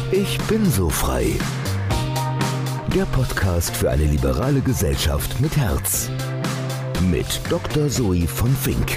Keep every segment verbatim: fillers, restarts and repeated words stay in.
Ich bin so frei. Der Podcast für eine liberale Gesellschaft mit Herz. Mit Doktor Zoe von Fink.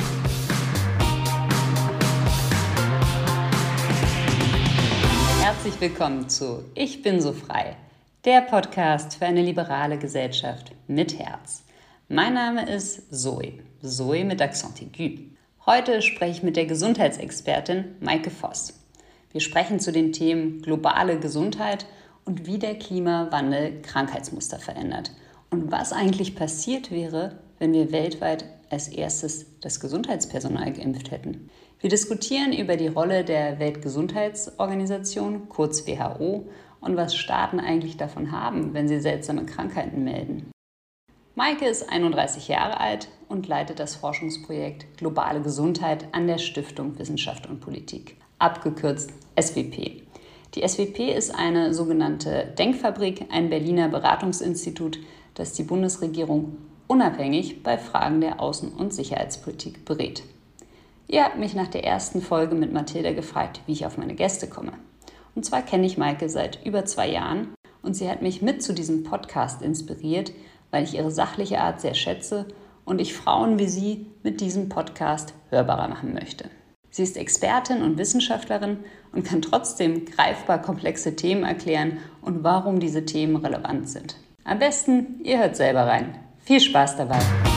Herzlich willkommen zu Ich bin so frei. Der Podcast für eine liberale Gesellschaft mit Herz. Mein Name ist Zoe. Zoe mit Accent aigu. Heute spreche ich mit der Gesundheitsexpertin Maike Voss. Wir sprechen zu den Themen globale Gesundheit und wie der Klimawandel Krankheitsmuster verändert. Und was eigentlich passiert wäre, wenn wir weltweit als erstes das Gesundheitspersonal geimpft hätten. Wir diskutieren über die Rolle der Weltgesundheitsorganisation, kurz W H O, und was Staaten eigentlich davon haben, wenn sie seltsame Krankheiten melden. Maike ist einunddreißig Jahre alt und leitet das Forschungsprojekt Globale Gesundheit an der Stiftung Wissenschaft und Politik, abgekürzt S W P. Die S W P ist eine sogenannte Denkfabrik, ein Berliner Beratungsinstitut, das die Bundesregierung unabhängig bei Fragen der Außen- und Sicherheitspolitik berät. Ihr habt mich nach der ersten Folge mit Mathilda gefragt, wie ich auf meine Gäste komme. Und zwar kenne ich Maike seit über zwei Jahren und sie hat mich mit zu diesem Podcast inspiriert, weil ich ihre sachliche Art sehr schätze und ich Frauen wie sie mit diesem Podcast hörbarer machen möchte. Sie ist Expertin und Wissenschaftlerin und kann trotzdem greifbar komplexe Themen erklären und warum diese Themen relevant sind. Am besten, ihr hört selber rein. Viel Spaß dabei!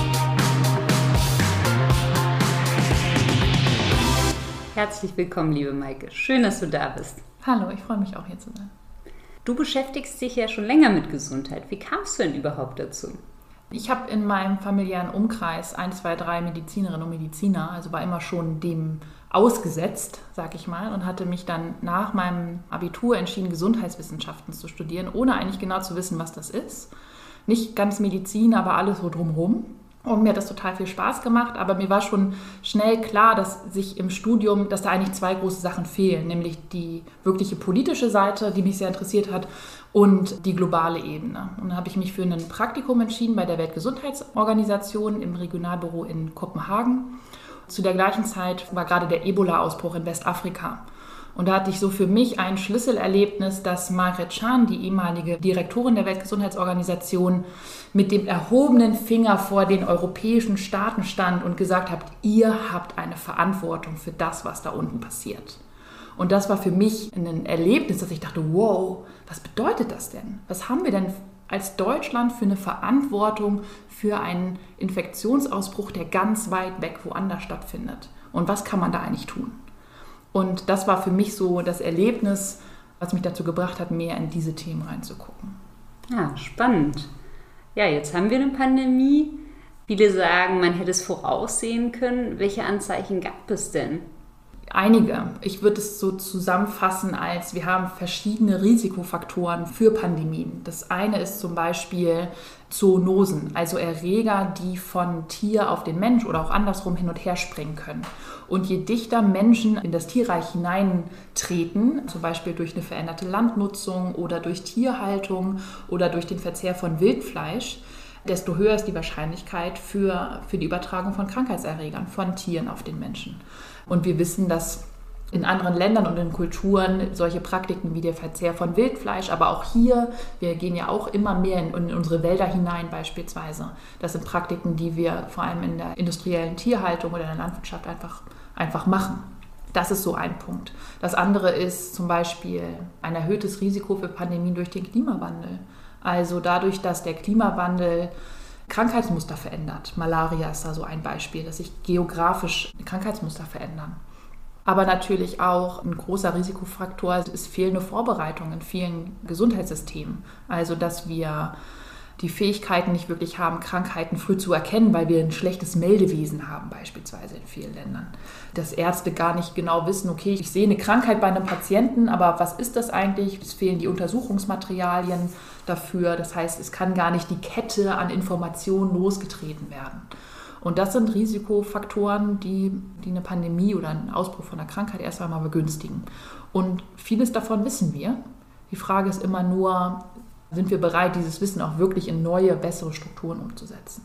Herzlich willkommen, liebe Maike. Schön, dass du da bist. Hallo, ich freue mich auch, hier zu sein. Du beschäftigst dich ja schon länger mit Gesundheit. Wie kamst du denn überhaupt dazu? Ich habe in meinem familiären Umkreis ein, zwei, drei Medizinerinnen und Mediziner, also war immer schon dem ausgesetzt, sag ich mal, und hatte mich dann nach meinem Abitur entschieden, Gesundheitswissenschaften zu studieren, ohne eigentlich genau zu wissen, was das ist. Nicht ganz Medizin, aber alles so drumherum. Und mir hat das total viel Spaß gemacht, aber mir war schon schnell klar, dass sich im Studium, dass da eigentlich zwei große Sachen fehlen, nämlich die wirkliche politische Seite, die mich sehr interessiert hat, und die globale Ebene. Und dann habe ich mich für ein Praktikum entschieden bei der Weltgesundheitsorganisation im Regionalbüro in Kopenhagen. Zu der gleichen Zeit war gerade der Ebola-Ausbruch in Westafrika. Und da hatte ich so für mich ein Schlüsselerlebnis, dass Margaret Chan, die ehemalige Direktorin der Weltgesundheitsorganisation, mit dem erhobenen Finger vor den europäischen Staaten stand und gesagt hat, ihr habt eine Verantwortung für das, was da unten passiert. Und das war für mich ein Erlebnis, dass ich dachte, wow, was bedeutet das denn? Was haben wir denn als Deutschland für eine Verantwortung für einen Infektionsausbruch, der ganz weit weg woanders stattfindet? Und was kann man da eigentlich tun? Und das war für mich so das Erlebnis, was mich dazu gebracht hat, mehr in diese Themen reinzugucken. Ja, spannend. Ja, jetzt haben wir eine Pandemie. Viele sagen, man hätte es voraussehen können. Welche Anzeichen gab es denn? Einige. Ich würde es so zusammenfassen als, wir haben verschiedene Risikofaktoren für Pandemien. Das eine ist zum Beispiel Zoonosen, also Erreger, die von Tier auf den Mensch oder auch andersrum hin und her springen können. Und je dichter Menschen in das Tierreich hineintreten, zum Beispiel durch eine veränderte Landnutzung oder durch Tierhaltung oder durch den Verzehr von Wildfleisch, desto höher ist die Wahrscheinlichkeit für, für die Übertragung von Krankheitserregern von Tieren auf den Menschen. Und wir wissen, dass in anderen Ländern und in Kulturen solche Praktiken wie der Verzehr von Wildfleisch, aber auch hier, wir gehen ja auch immer mehr in, in unsere Wälder hinein beispielsweise. Das sind Praktiken, die wir vor allem in der industriellen Tierhaltung oder in der Landwirtschaft einfach, einfach machen. Das ist so ein Punkt. Das andere ist zum Beispiel ein erhöhtes Risiko für Pandemien durch den Klimawandel. Also dadurch, dass der Klimawandel Krankheitsmuster verändert. Malaria ist da so ein Beispiel, dass sich geografisch Krankheitsmuster verändern. Aber natürlich auch ein großer Risikofaktor ist fehlende Vorbereitung in vielen Gesundheitssystemen. Also dass wir die Fähigkeiten nicht wirklich haben, Krankheiten früh zu erkennen, weil wir ein schlechtes Meldewesen haben, beispielsweise in vielen Ländern. Dass Ärzte gar nicht genau wissen, okay, ich sehe eine Krankheit bei einem Patienten, aber was ist das eigentlich? Es fehlen die Untersuchungsmaterialien dafür. Das heißt, es kann gar nicht die Kette an Informationen losgetreten werden. Und das sind Risikofaktoren, die, die eine Pandemie oder einen Ausbruch von einer Krankheit erst einmal begünstigen. Und vieles davon wissen wir. Die Frage ist immer nur, sind wir bereit, dieses Wissen auch wirklich in neue, bessere Strukturen umzusetzen?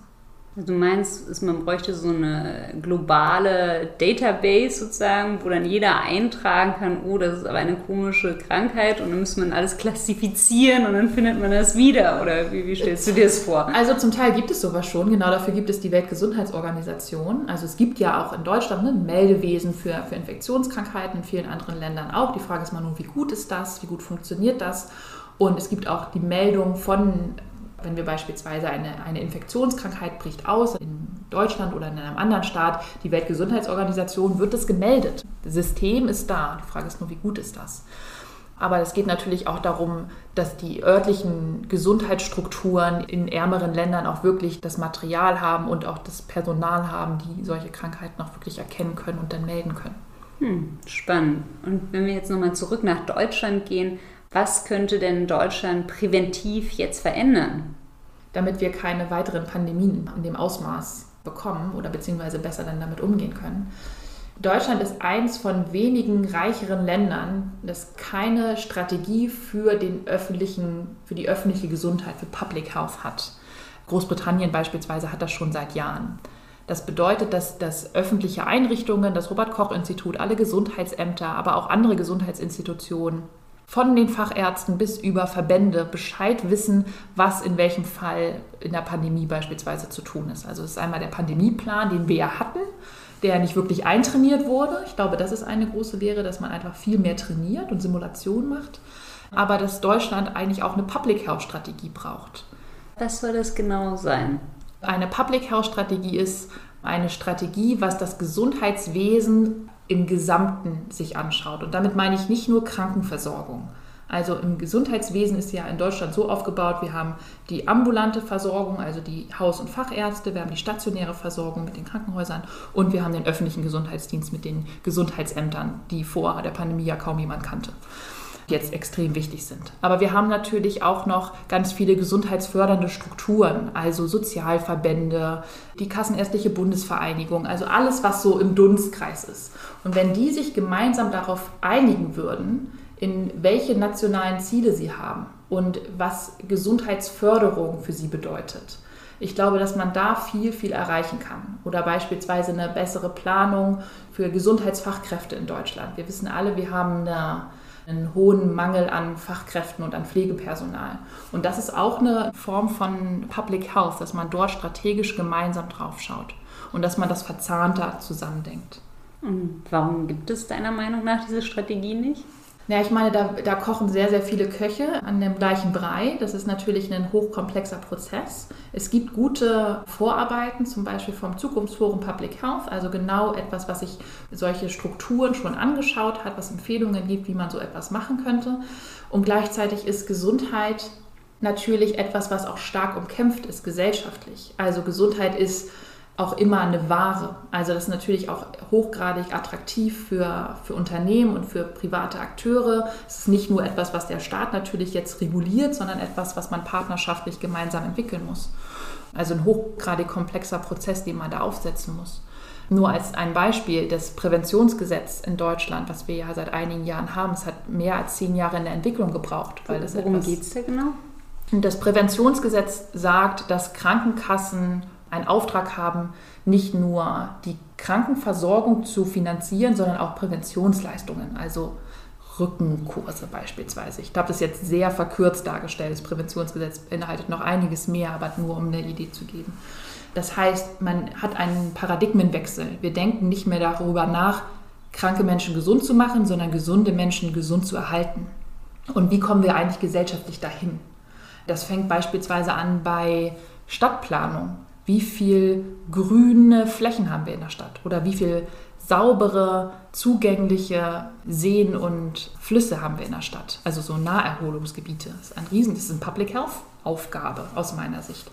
Du meinst, man bräuchte so eine globale Database sozusagen, wo dann jeder eintragen kann, oh, das ist aber eine komische Krankheit und dann müsste man alles klassifizieren und dann findet man das wieder. Oder wie, wie stellst du dir das vor? Also zum Teil gibt es sowas schon, genau dafür gibt es die Weltgesundheitsorganisation. Also es gibt ja auch in Deutschland ein Meldewesen für, für Infektionskrankheiten, in vielen anderen Ländern auch. Die Frage ist mal nur, wie gut ist das, wie gut funktioniert das? Und es gibt auch die Meldung von... Wenn wir beispielsweise eine, eine Infektionskrankheit bricht aus in Deutschland oder in einem anderen Staat, die Weltgesundheitsorganisation, wird das gemeldet. Das System ist da. Die Frage ist nur, wie gut ist das? Aber es geht natürlich auch darum, dass die örtlichen Gesundheitsstrukturen in ärmeren Ländern auch wirklich das Material haben und auch das Personal haben, die solche Krankheiten auch wirklich erkennen können und dann melden können. Hm, spannend. Und wenn wir jetzt nochmal zurück nach Deutschland gehen, was könnte denn Deutschland präventiv jetzt verändern? Damit wir keine weiteren Pandemien in dem Ausmaß bekommen oder beziehungsweise besser dann damit umgehen können. Deutschland ist eins von wenigen reicheren Ländern, das keine Strategie für, den öffentlichen, für die öffentliche Gesundheit, für Public Health hat. Großbritannien beispielsweise hat das schon seit Jahren. Das bedeutet, dass, dass öffentliche Einrichtungen, das Robert-Koch-Institut, alle Gesundheitsämter, aber auch andere Gesundheitsinstitutionen, von den Fachärzten bis über Verbände Bescheid wissen, was in welchem Fall in der Pandemie beispielsweise zu tun ist. Also es ist einmal der Pandemieplan, den wir ja hatten, der nicht wirklich eintrainiert wurde. Ich glaube, das ist eine große Lehre, dass man einfach viel mehr trainiert und Simulation macht. Aber dass Deutschland eigentlich auch eine Public Health Strategie braucht. Was soll das genau sein? Eine Public Health Strategie ist eine Strategie, was das Gesundheitswesen im Gesamten sich anschaut. Und damit meine ich nicht nur Krankenversorgung. Also im Gesundheitswesen ist ja in Deutschland so aufgebaut, wir haben die ambulante Versorgung, also die Haus- und Fachärzte, wir haben die stationäre Versorgung mit den Krankenhäusern und wir haben den öffentlichen Gesundheitsdienst mit den Gesundheitsämtern, die vor der Pandemie ja kaum jemand kannte, die jetzt extrem wichtig sind. Aber wir haben natürlich auch noch ganz viele gesundheitsfördernde Strukturen, also Sozialverbände, die Kassenärztliche Bundesvereinigung, also alles, was so im Dunstkreis ist. Und wenn die sich gemeinsam darauf einigen würden, in welche nationalen Ziele sie haben und was Gesundheitsförderung für sie bedeutet, ich glaube, dass man da viel, viel erreichen kann. Oder beispielsweise eine bessere Planung für Gesundheitsfachkräfte in Deutschland. Wir wissen alle, wir haben eine einen hohen Mangel an Fachkräften und an Pflegepersonal. Und das ist auch eine Form von Public Health, dass man dort strategisch gemeinsam drauf schaut und dass man das verzahnter zusammendenkt. Und warum gibt es deiner Meinung nach diese Strategie nicht? Ja, ich meine, da, da kochen sehr, sehr viele Köche an dem gleichen Brei. Das ist natürlich ein hochkomplexer Prozess. Es gibt gute Vorarbeiten, zum Beispiel vom Zukunftsforum Public Health, also genau etwas, was sich solche Strukturen schon angeschaut hat, was Empfehlungen gibt, wie man so etwas machen könnte. Und gleichzeitig ist Gesundheit natürlich etwas, was auch stark umkämpft ist, gesellschaftlich. Also Gesundheit ist auch immer eine Ware. Also das ist natürlich auch hochgradig attraktiv für, für Unternehmen und für private Akteure. Es ist nicht nur etwas, was der Staat natürlich jetzt reguliert, sondern etwas, was man partnerschaftlich gemeinsam entwickeln muss. Also ein hochgradig komplexer Prozess, den man da aufsetzen muss. Nur als ein Beispiel, das Präventionsgesetz in Deutschland, was wir ja seit einigen Jahren haben, es hat mehr als zehn Jahre in der Entwicklung gebraucht. Weil das Worum geht es da genau? Das Präventionsgesetz sagt, dass Krankenkassen einen Auftrag haben, nicht nur die Krankenversorgung zu finanzieren, sondern auch Präventionsleistungen, also Rückenkurse beispielsweise. Ich glaube, das ist jetzt sehr verkürzt dargestellt. Das Präventionsgesetz beinhaltet noch einiges mehr, aber nur um eine Idee zu geben. Das heißt, man hat einen Paradigmenwechsel. Wir denken nicht mehr darüber nach, kranke Menschen gesund zu machen, sondern gesunde Menschen gesund zu erhalten. Und wie kommen wir eigentlich gesellschaftlich dahin? Das fängt beispielsweise an bei Stadtplanung. Wie viel grüne Flächen haben wir in der Stadt? Oder wie viel saubere, zugängliche Seen und Flüsse haben wir in der Stadt? Also so Naherholungsgebiete. Das ist ein Riesen, das ist eine Public Health Aufgabe aus meiner Sicht.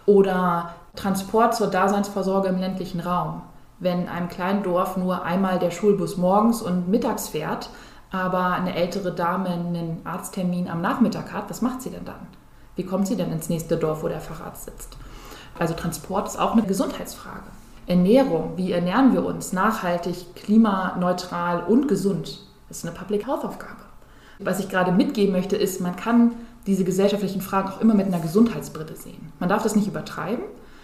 Oder Transport zur Daseinsvorsorge im ländlichen Raum. Wenn in einem kleinen Dorf nur einmal der Schulbus morgens und mittags fährt, aber eine ältere Dame einen Arzttermin am Nachmittag hat, was macht sie denn dann? Wie kommt sie denn ins nächste Dorf, wo der Facharzt sitzt? Also Transport ist auch eine Gesundheitsfrage. Ernährung, wie ernähren wir uns nachhaltig, klimaneutral und gesund? Das ist eine Public Health Aufgabe. Was ich gerade mitgeben möchte, ist, man kann diese gesellschaftlichen Fragen auch immer mit einer Gesundheitsbrille sehen. Man darf das nicht übertreiben,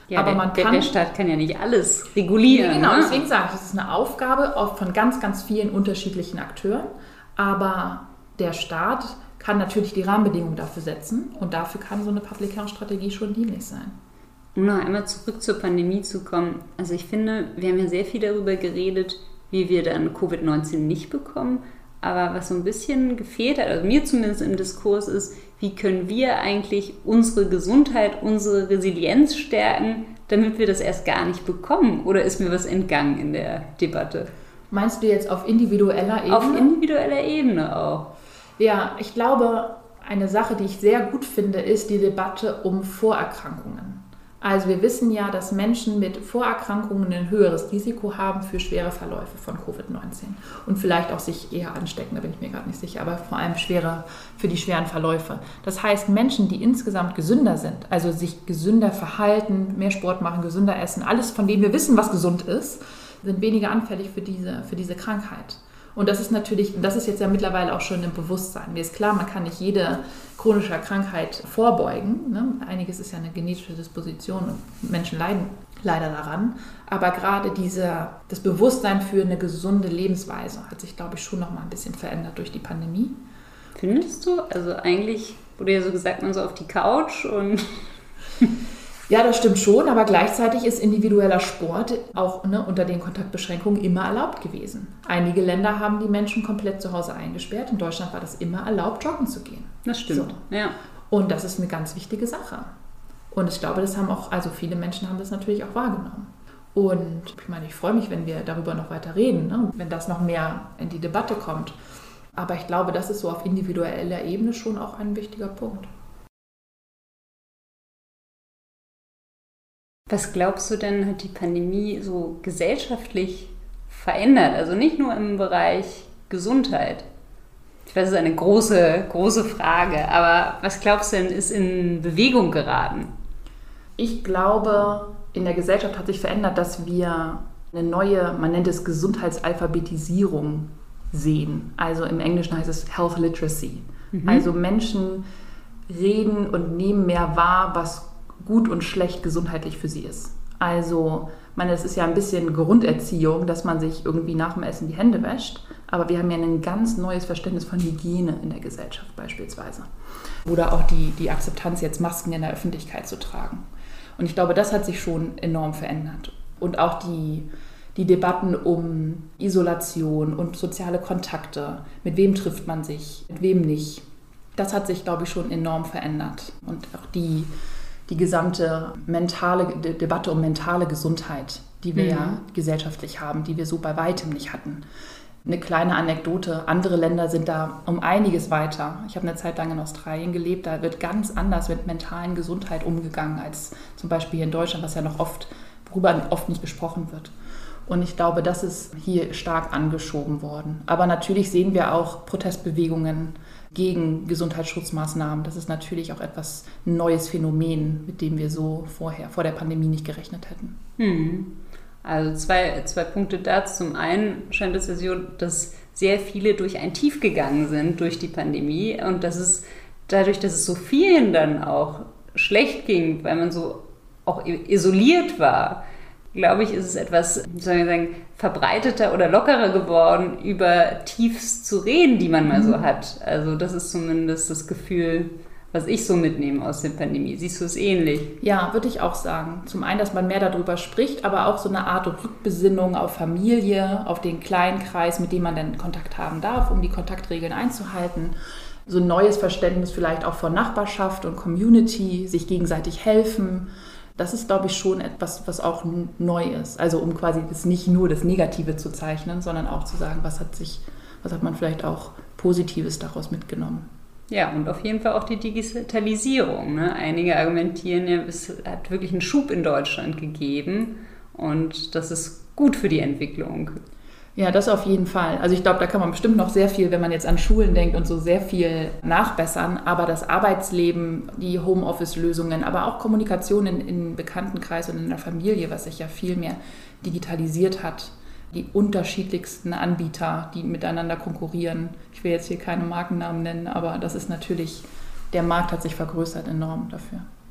Ja, aber der, man der, kann, der Staat kann ja nicht alles regulieren. Genau, ne? deswegen sage ich, das ist eine Aufgabe von ganz, ganz vielen unterschiedlichen Akteuren. Aber der Staat kann natürlich die Rahmenbedingungen dafür setzen und dafür kann so eine Public Health Strategie schon dienlich sein. Um noch einmal zurück zur Pandemie zu kommen. Also ich finde, wir haben ja sehr viel darüber geredet, wie wir dann Covid neunzehn nicht bekommen. Aber was so ein bisschen gefehlt hat, also mir zumindest im Diskurs ist, wie können wir eigentlich unsere Gesundheit, unsere Resilienz stärken, damit wir das erst gar nicht bekommen? Oder ist mir was entgangen in der Debatte? Meinst du jetzt auf individueller Ebene? Auf individueller Ebene auch. Ja, ich glaube, eine Sache, die ich sehr gut finde, ist die Debatte um Vorerkrankungen. Also wir wissen ja, dass Menschen mit Vorerkrankungen ein höheres Risiko haben für schwere Verläufe von Covid neunzehn und vielleicht auch sich eher anstecken, da bin ich mir gerade nicht sicher, aber vor allem schwerer für die schweren Verläufe. Das heißt, Menschen, die insgesamt gesünder sind, also sich gesünder verhalten, mehr Sport machen, gesünder essen, alles von dem wir wissen, was gesund ist, sind weniger anfällig für diese, für diese Krankheit. Und das ist natürlich, das ist jetzt ja mittlerweile auch schon im Bewusstsein. Mir ist klar, man kann nicht jede chronische Krankheit vorbeugen. Ne? Einiges ist ja eine genetische Disposition und Menschen leiden leider daran. Aber gerade diese, das Bewusstsein für eine gesunde Lebensweise hat sich, glaube ich, schon noch mal ein bisschen verändert durch die Pandemie. Findest du? Also eigentlich wurde ja so gesagt, man so auf die Couch und... Ja, das stimmt schon, aber gleichzeitig ist individueller Sport auch ne, unter den Kontaktbeschränkungen immer erlaubt gewesen. Einige Länder haben die Menschen komplett zu Hause eingesperrt. In Deutschland war das immer erlaubt, joggen zu gehen. Das stimmt, so. Ja. Und das ist eine ganz wichtige Sache. Und ich glaube, das haben auch, also viele Menschen haben das natürlich auch wahrgenommen. Und ich meine, ich freue mich, wenn wir darüber noch weiter reden, ne, wenn das noch mehr in die Debatte kommt. Aber ich glaube, das ist so auf individueller Ebene schon auch ein wichtiger Punkt. Was glaubst du denn, hat die Pandemie so gesellschaftlich verändert? Also nicht nur im Bereich Gesundheit. Ich weiß, das ist eine große, große Frage, aber was glaubst du denn, ist in Bewegung geraten? Ich glaube, in der Gesellschaft hat sich verändert, dass wir eine neue, man nennt es Gesundheitsalphabetisierung sehen. Also im Englischen heißt es Health Literacy. Mhm. Also Menschen reden und nehmen mehr wahr, was gut und schlecht gesundheitlich für sie ist. Also, ich meine, es ist ja ein bisschen Grunderziehung, dass man sich irgendwie nach dem Essen die Hände wäscht, aber wir haben ja ein ganz neues Verständnis von Hygiene in der Gesellschaft beispielsweise. Oder auch die, die Akzeptanz, jetzt Masken in der Öffentlichkeit zu tragen. Und ich glaube, das hat sich schon enorm verändert. Und auch die, die Debatten um Isolation und soziale Kontakte, mit wem trifft man sich, mit wem nicht, das hat sich, glaube ich, schon enorm verändert. Und auch die die gesamte mentale De- Debatte um mentale Gesundheit, die wir mhm. ja gesellschaftlich haben, die wir so bei weitem nicht hatten. Eine kleine Anekdote, andere Länder sind da um einiges weiter. Ich habe eine Zeit lang in Australien gelebt, da wird ganz anders mit mentalen Gesundheit umgegangen als zum Beispiel hier in Deutschland, was ja noch oft, worüber oft nicht gesprochen wird. Und ich glaube, das ist hier stark angeschoben worden. Aber natürlich sehen wir auch Protestbewegungen gegen Gesundheitsschutzmaßnahmen. Das ist natürlich auch etwas ein neues Phänomen, mit dem wir so vorher, vor der Pandemie nicht gerechnet hätten. Hm. Also zwei, zwei Punkte dazu. Zum einen scheint es ja so, dass sehr viele durch ein Tief gegangen sind durch die Pandemie und dass es dadurch, dass es so vielen dann auch schlecht ging, weil man so auch isoliert war, glaube ich, ist es etwas, wie soll ich sagen, verbreiteter oder lockerer geworden, über Tiefs zu reden, die man mal so hat. Also das ist zumindest das Gefühl, was ich so mitnehme aus der Pandemie. Siehst du es ähnlich? Ja, würde ich auch sagen. Zum einen, dass man mehr darüber spricht, aber auch so eine Art Rückbesinnung auf Familie, auf den kleinen Kreis, mit dem man dann Kontakt haben darf, um die Kontaktregeln einzuhalten. So ein neues Verständnis vielleicht auch von Nachbarschaft und Community, sich gegenseitig helfen. Das ist, glaube ich, schon etwas, was auch neu ist. Also um quasi das nicht nur das Negative zu zeichnen, sondern auch zu sagen, was hat sich, was hat man vielleicht auch Positives daraus mitgenommen. Ja, und auf jeden Fall auch die Digitalisierung. Ne? Einige argumentieren ja, es hat wirklich einen Schub in Deutschland gegeben und das ist gut für die Entwicklung. Ja, das auf jeden Fall. Also ich glaube, da kann man bestimmt noch sehr viel, wenn man jetzt an Schulen denkt und so, sehr viel nachbessern. Aber das Arbeitsleben, die Homeoffice-Lösungen, aber auch Kommunikation in, in Bekanntenkreis und in der Familie, was sich ja viel mehr digitalisiert hat. Die unterschiedlichsten Anbieter, die miteinander konkurrieren. Ich will jetzt hier keine Markennamen nennen, aber das ist natürlich, der Markt hat sich vergrößert enorm dafür.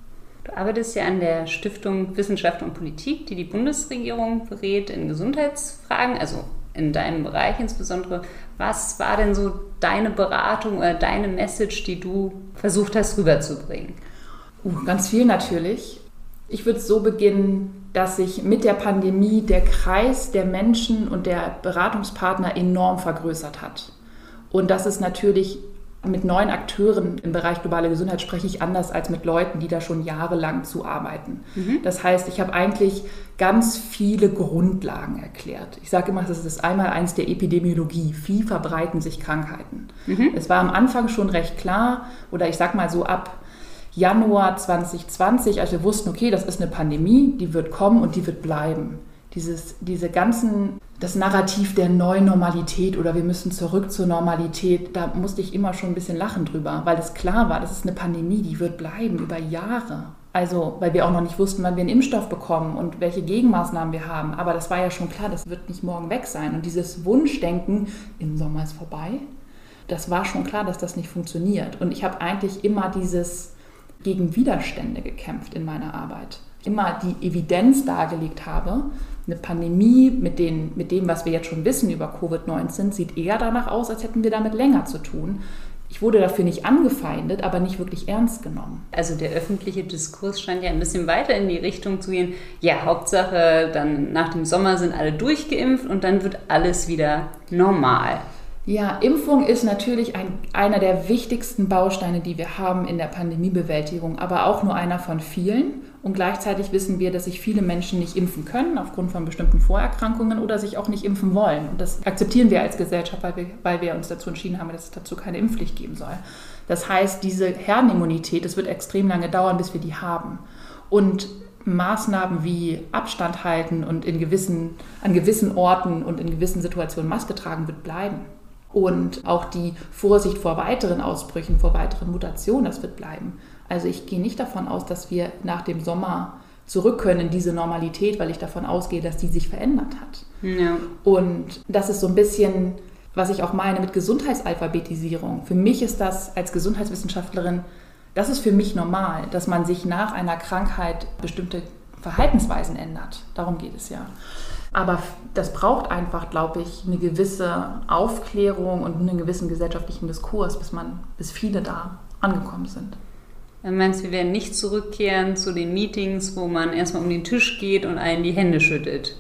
Du arbeitest ja an der Stiftung Wissenschaft und Politik, die die Bundesregierung berät in Gesundheitsfragen, also in deinem Bereich insbesondere. Was war denn so deine Beratung oder deine Message, die du versucht hast rüberzubringen? Uh, ganz viel natürlich. Ich würde so beginnen, dass sich mit der Pandemie der Kreis der Menschen und der Beratungspartner enorm vergrößert hat. Und das ist natürlich mit neuen Akteuren im Bereich globale Gesundheit spreche ich anders als mit Leuten, die da schon jahrelang zuarbeiten. Mhm. Das heißt, ich habe eigentlich ganz viele Grundlagen erklärt. Ich sage immer, das ist einmal eins der Epidemiologie. Wie verbreiten sich Krankheiten? Mhm. Es war am Anfang schon recht klar, oder ich sage mal so ab Januar zwanzig zwanzig, als wir wussten, okay, das ist eine Pandemie, die wird kommen und die wird bleiben. Dieses, diese ganzen, das Narrativ der neuen Normalität oder wir müssen zurück zur Normalität, da musste ich immer schon ein bisschen lachen drüber, weil es klar war, das ist eine Pandemie, die wird bleiben über Jahre. Also, weil wir auch noch nicht wussten, wann wir einen Impfstoff bekommen und welche Gegenmaßnahmen wir haben. Aber das war ja schon klar, das wird nicht morgen weg sein. Und dieses Wunschdenken, im Sommer ist vorbei, das war schon klar, dass das nicht funktioniert. Und ich habe eigentlich immer dieses gegen Widerstände gekämpft in meiner Arbeit. Immer die Evidenz dargelegt habe, eine Pandemie mit, den, mit dem, was wir jetzt schon wissen über Covid neunzehn, sieht eher danach aus, als hätten wir damit länger zu tun. Ich wurde dafür nicht angefeindet, aber nicht wirklich ernst genommen. Also der öffentliche Diskurs scheint ja ein bisschen weiter in die Richtung zu gehen. Ja, Hauptsache, dann nach dem Sommer sind alle durchgeimpft und dann wird alles wieder normal. Ja, Impfung ist natürlich ein, einer der wichtigsten Bausteine, die wir haben in der Pandemiebewältigung, aber auch nur einer von vielen. Und gleichzeitig wissen wir, dass sich viele Menschen nicht impfen können aufgrund von bestimmten Vorerkrankungen oder sich auch nicht impfen wollen. Und das akzeptieren wir als Gesellschaft, weil wir, weil wir uns dazu entschieden haben, dass es dazu keine Impfpflicht geben soll. Das heißt, diese Herdenimmunität, es wird extrem lange dauern, bis wir die haben. Und Maßnahmen wie Abstand halten und in gewissen, an gewissen Orten und in gewissen Situationen Maske tragen, wird bleiben. Und auch die Vorsicht vor weiteren Ausbrüchen, vor weiteren Mutationen, das wird bleiben. Also ich gehe nicht davon aus, dass wir nach dem Sommer zurück können in diese Normalität, weil ich davon ausgehe, dass die sich verändert hat. Ja. Und das ist so ein bisschen, was ich auch meine mit Gesundheitsalphabetisierung. Für mich ist das als Gesundheitswissenschaftlerin, das ist für mich normal, dass man sich nach einer Krankheit bestimmte Verhaltensweisen ändert. Darum geht es ja. Aber das braucht einfach, glaube ich, eine gewisse Aufklärung und einen gewissen gesellschaftlichen Diskurs, bis man, bis viele da angekommen sind. Dann meinst du, wir werden nicht zurückkehren zu den Meetings, wo man erstmal um den Tisch geht und einen die Hände schüttelt?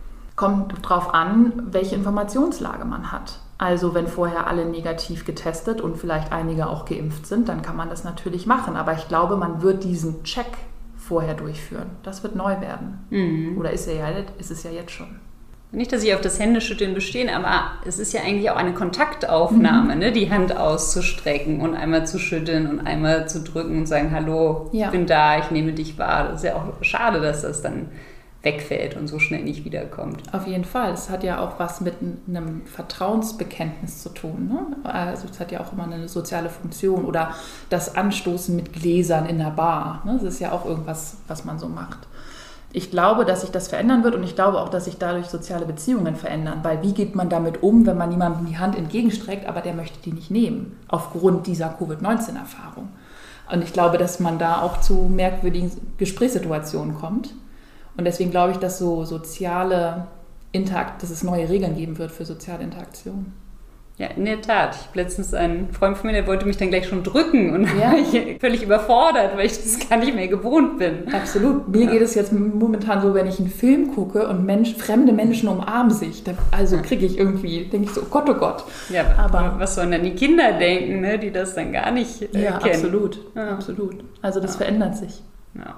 Kommt drauf an, welche Informationslage man hat. Also wenn vorher alle negativ getestet und vielleicht einige auch geimpft sind, dann kann man das natürlich machen. Aber ich glaube, man wird diesen Check vorher durchführen. Das wird neu werden. Mhm. Oder ist, er ja, ist es ja jetzt schon. Nicht, dass ich auf das Händeschütteln bestehe, aber es ist ja eigentlich auch eine Kontaktaufnahme, mhm. ne? Die Hand auszustrecken und einmal zu schütteln und einmal zu drücken und sagen, hallo, ja. Ich bin da, ich nehme dich wahr. Das ist ja auch schade, dass das dann wegfällt und so schnell nicht wiederkommt. Auf jeden Fall. Es hat ja auch was mit einem Vertrauensbekenntnis zu tun. Ne? Also es hat ja auch immer eine soziale Funktion. Oder das Anstoßen mit Gläsern in der Bar. Ne? Das ist ja auch irgendwas, was man so macht. Ich glaube, dass sich das verändern wird und ich glaube auch, dass sich dadurch soziale Beziehungen verändern. Weil wie geht man damit um, wenn man jemandem die Hand entgegenstreckt, aber der möchte die nicht nehmen, aufgrund dieser Covid neunzehn Erfahrung. Und ich glaube, dass man da auch zu merkwürdigen Gesprächssituationen kommt. Und deswegen glaube ich, dass so soziale Interakt, dass es neue Regeln geben wird für soziale Interaktion. Ja, in der Tat. Ich habe letztens einen Freund von mir, der wollte mich dann gleich schon drücken und ja. war ich völlig überfordert, weil ich das gar nicht mehr gewohnt bin. Absolut. Mir ja. geht es jetzt momentan so, wenn ich einen Film gucke und Mensch, fremde Menschen umarmen sich, dann, also kriege ich irgendwie, denke ich so, oh Gott, oh Gott. Ja, aber was sollen dann die Kinder denken, ne, die das dann gar nicht äh, ja, kennen? Absolut. Ja, absolut. Also das ja. verändert sich. Ja.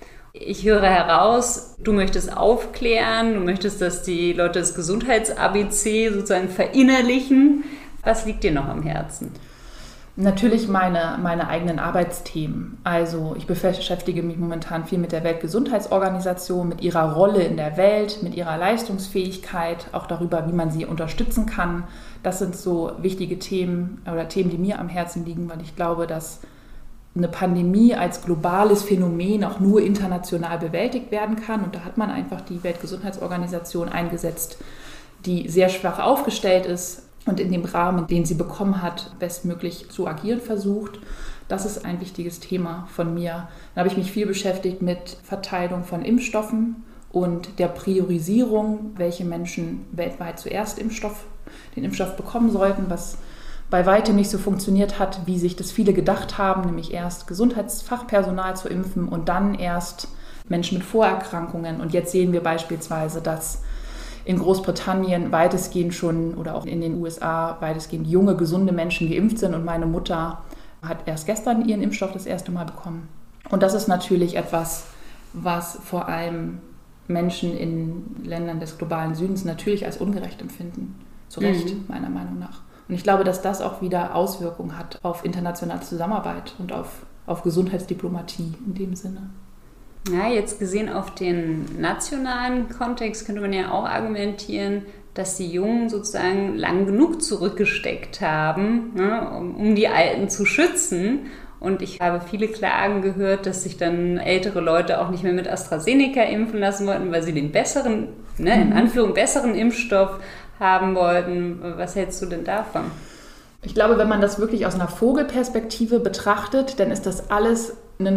Ich höre heraus, du möchtest aufklären, du möchtest, dass die Leute das Gesundheits-A B C sozusagen verinnerlichen. Was liegt dir noch am Herzen? Natürlich meine, meine eigenen Arbeitsthemen. Also ich beschäftige mich momentan viel mit der Weltgesundheitsorganisation, mit ihrer Rolle in der Welt, mit ihrer Leistungsfähigkeit, auch darüber, wie man sie unterstützen kann. Das sind so wichtige Themen oder Themen, die mir am Herzen liegen, weil ich glaube, dass eine Pandemie als globales Phänomen auch nur international bewältigt werden kann. Und da hat man einfach die Weltgesundheitsorganisation eingesetzt, die sehr schwach aufgestellt ist, und in dem Rahmen, den sie bekommen hat, bestmöglich zu agieren versucht. Das ist ein wichtiges Thema von mir. Dann habe ich mich viel beschäftigt mit Verteilung von Impfstoffen und der Priorisierung, welche Menschen weltweit zuerst Impfstoff, den Impfstoff bekommen sollten, was bei weitem nicht so funktioniert hat, wie sich das viele gedacht haben, nämlich erst Gesundheitsfachpersonal zu impfen und dann erst Menschen mit Vorerkrankungen. Und jetzt sehen wir beispielsweise, dass in Großbritannien weitestgehend schon oder auch in den U S A weitestgehend junge, gesunde Menschen geimpft sind. Und meine Mutter hat erst gestern ihren Impfstoff das erste Mal bekommen. Und das ist natürlich etwas, was vor allem Menschen in Ländern des globalen Südens natürlich als ungerecht empfinden. Zu Recht, mhm. meiner Meinung nach. Und ich glaube, dass das auch wieder Auswirkungen hat auf internationale Zusammenarbeit und auf, auf Gesundheitsdiplomatie in dem Sinne. Ja, jetzt gesehen auf den nationalen Kontext könnte man ja auch argumentieren, dass die Jungen sozusagen lang genug zurückgesteckt haben, ne, um, um die Alten zu schützen. Und ich habe viele Klagen gehört, dass sich dann ältere Leute auch nicht mehr mit AstraZeneca impfen lassen wollten, weil sie den besseren, ne, in Anführung besseren Impfstoff haben wollten. Was hältst du denn davon? Ich glaube, wenn man das wirklich aus einer Vogelperspektive betrachtet, dann ist das alles ein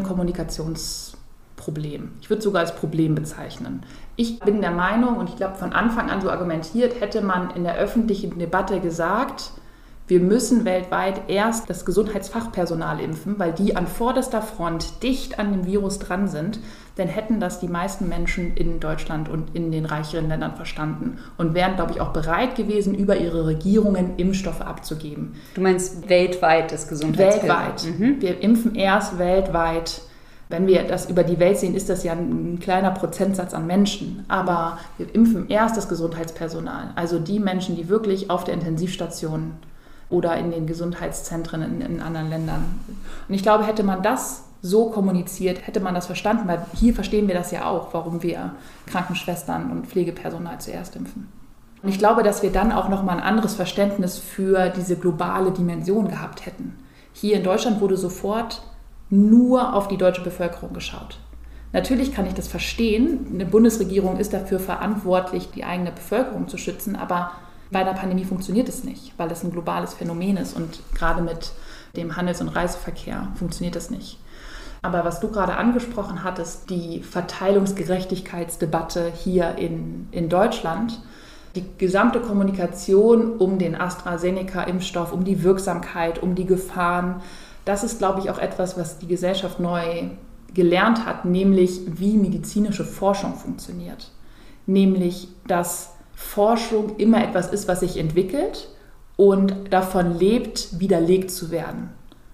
Kommunikationsproblem. Ich würde es sogar als Problem bezeichnen. Ich bin der Meinung, und ich glaube von Anfang an so argumentiert, hätte man in der öffentlichen Debatte gesagt, wir müssen weltweit erst das Gesundheitsfachpersonal impfen, weil die an vorderster Front dicht an dem Virus dran sind, dann hätten das die meisten Menschen in Deutschland und in den reicheren Ländern verstanden und wären, glaube ich, auch bereit gewesen, über ihre Regierungen Impfstoffe abzugeben. Du meinst weltweit das Gesundheitspersonal? Weltweit. Mhm. Wir impfen erst weltweit. Wenn wir das über die Welt sehen, ist das ja ein kleiner Prozentsatz an Menschen. Aber wir impfen erst das Gesundheitspersonal, also die Menschen, die wirklich auf der Intensivstation oder in den Gesundheitszentren in, in anderen Ländern. Und ich glaube, hätte man das so kommuniziert, hätte man das verstanden, weil hier verstehen wir das ja auch, warum wir Krankenschwestern und Pflegepersonal zuerst impfen. Und ich glaube, dass wir dann auch nochmal ein anderes Verständnis für diese globale Dimension gehabt hätten. Hier in Deutschland wurde sofort nur auf die deutsche Bevölkerung geschaut. Natürlich kann ich das verstehen, eine Bundesregierung ist dafür verantwortlich, die eigene Bevölkerung zu schützen, aber bei der Pandemie funktioniert es nicht, weil es ein globales Phänomen ist und gerade mit dem Handels- und Reiseverkehr funktioniert das nicht. Aber was du gerade angesprochen hattest, die Verteilungsgerechtigkeitsdebatte hier in, in Deutschland, die gesamte Kommunikation um den AstraZeneca-Impfstoff, um die Wirksamkeit, um die Gefahren, das ist, glaube ich, auch etwas, was die Gesellschaft neu gelernt hat, nämlich wie medizinische Forschung funktioniert. Nämlich, dass Forschung immer etwas ist, was sich entwickelt und davon lebt, widerlegt zu werden.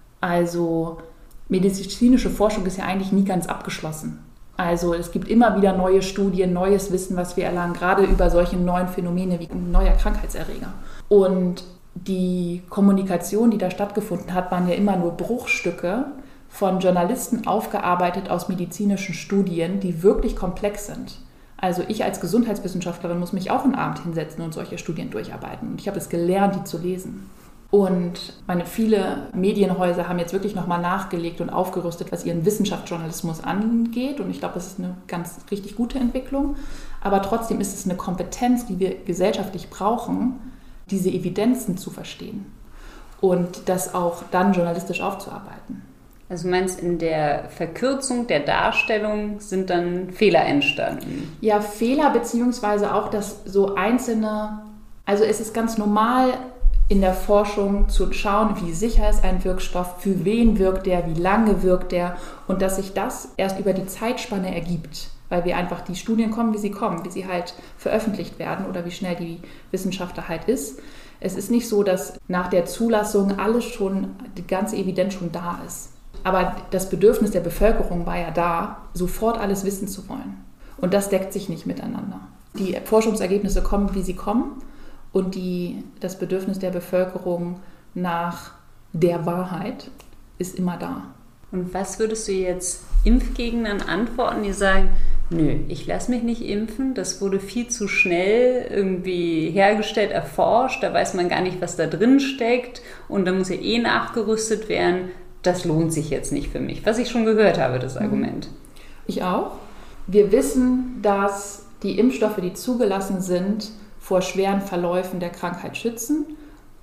Also medizinische Forschung ist ja eigentlich nie ganz abgeschlossen. Also es gibt immer wieder neue Studien, neues Wissen, was wir erlangen, gerade über solche neuen Phänomene wie ein neuer Krankheitserreger. Und die Kommunikation, die da stattgefunden hat, waren ja immer nur Bruchstücke von Journalisten aufgearbeitet aus medizinischen Studien, die wirklich komplex sind. Also ich als Gesundheitswissenschaftlerin muss mich auch einen Abend hinsetzen und solche Studien durcharbeiten. Und ich habe es gelernt, die zu lesen. Und meine viele Medienhäuser haben jetzt wirklich nochmal nachgelegt und aufgerüstet, was ihren Wissenschaftsjournalismus angeht. Und ich glaube, das ist eine ganz richtig gute Entwicklung. Aber trotzdem ist es eine Kompetenz, die wir gesellschaftlich brauchen, diese Evidenzen zu verstehen und das auch dann journalistisch aufzuarbeiten. Also du meinst, in der Verkürzung der Darstellung sind dann Fehler entstanden? Ja, Fehler beziehungsweise auch, dass so einzelne, also es ist ganz normal in der Forschung zu schauen, wie sicher ist ein Wirkstoff, für wen wirkt der, wie lange wirkt der und dass sich das erst über die Zeitspanne ergibt, weil wir einfach die Studien kommen, wie sie kommen, wie sie halt veröffentlicht werden oder wie schnell die Wissenschaft da halt ist. Es ist nicht so, dass nach der Zulassung alles schon, die ganze Evidenz schon da ist. Aber das Bedürfnis der Bevölkerung war ja da, sofort alles wissen zu wollen. Und das deckt sich nicht miteinander. Die Forschungsergebnisse kommen, wie sie kommen. Und die, das Bedürfnis der Bevölkerung nach der Wahrheit ist immer da. Und was würdest du jetzt Impfgegnern antworten, die sagen, nö, ich lasse mich nicht impfen, das wurde viel zu schnell irgendwie hergestellt, erforscht, da weiß man gar nicht, was da drin steckt und da muss ja eh nachgerüstet werden, das lohnt sich jetzt nicht für mich. Was ich schon gehört habe, das Argument. Ich auch. Wir wissen, dass die Impfstoffe, die zugelassen sind, vor schweren Verläufen der Krankheit schützen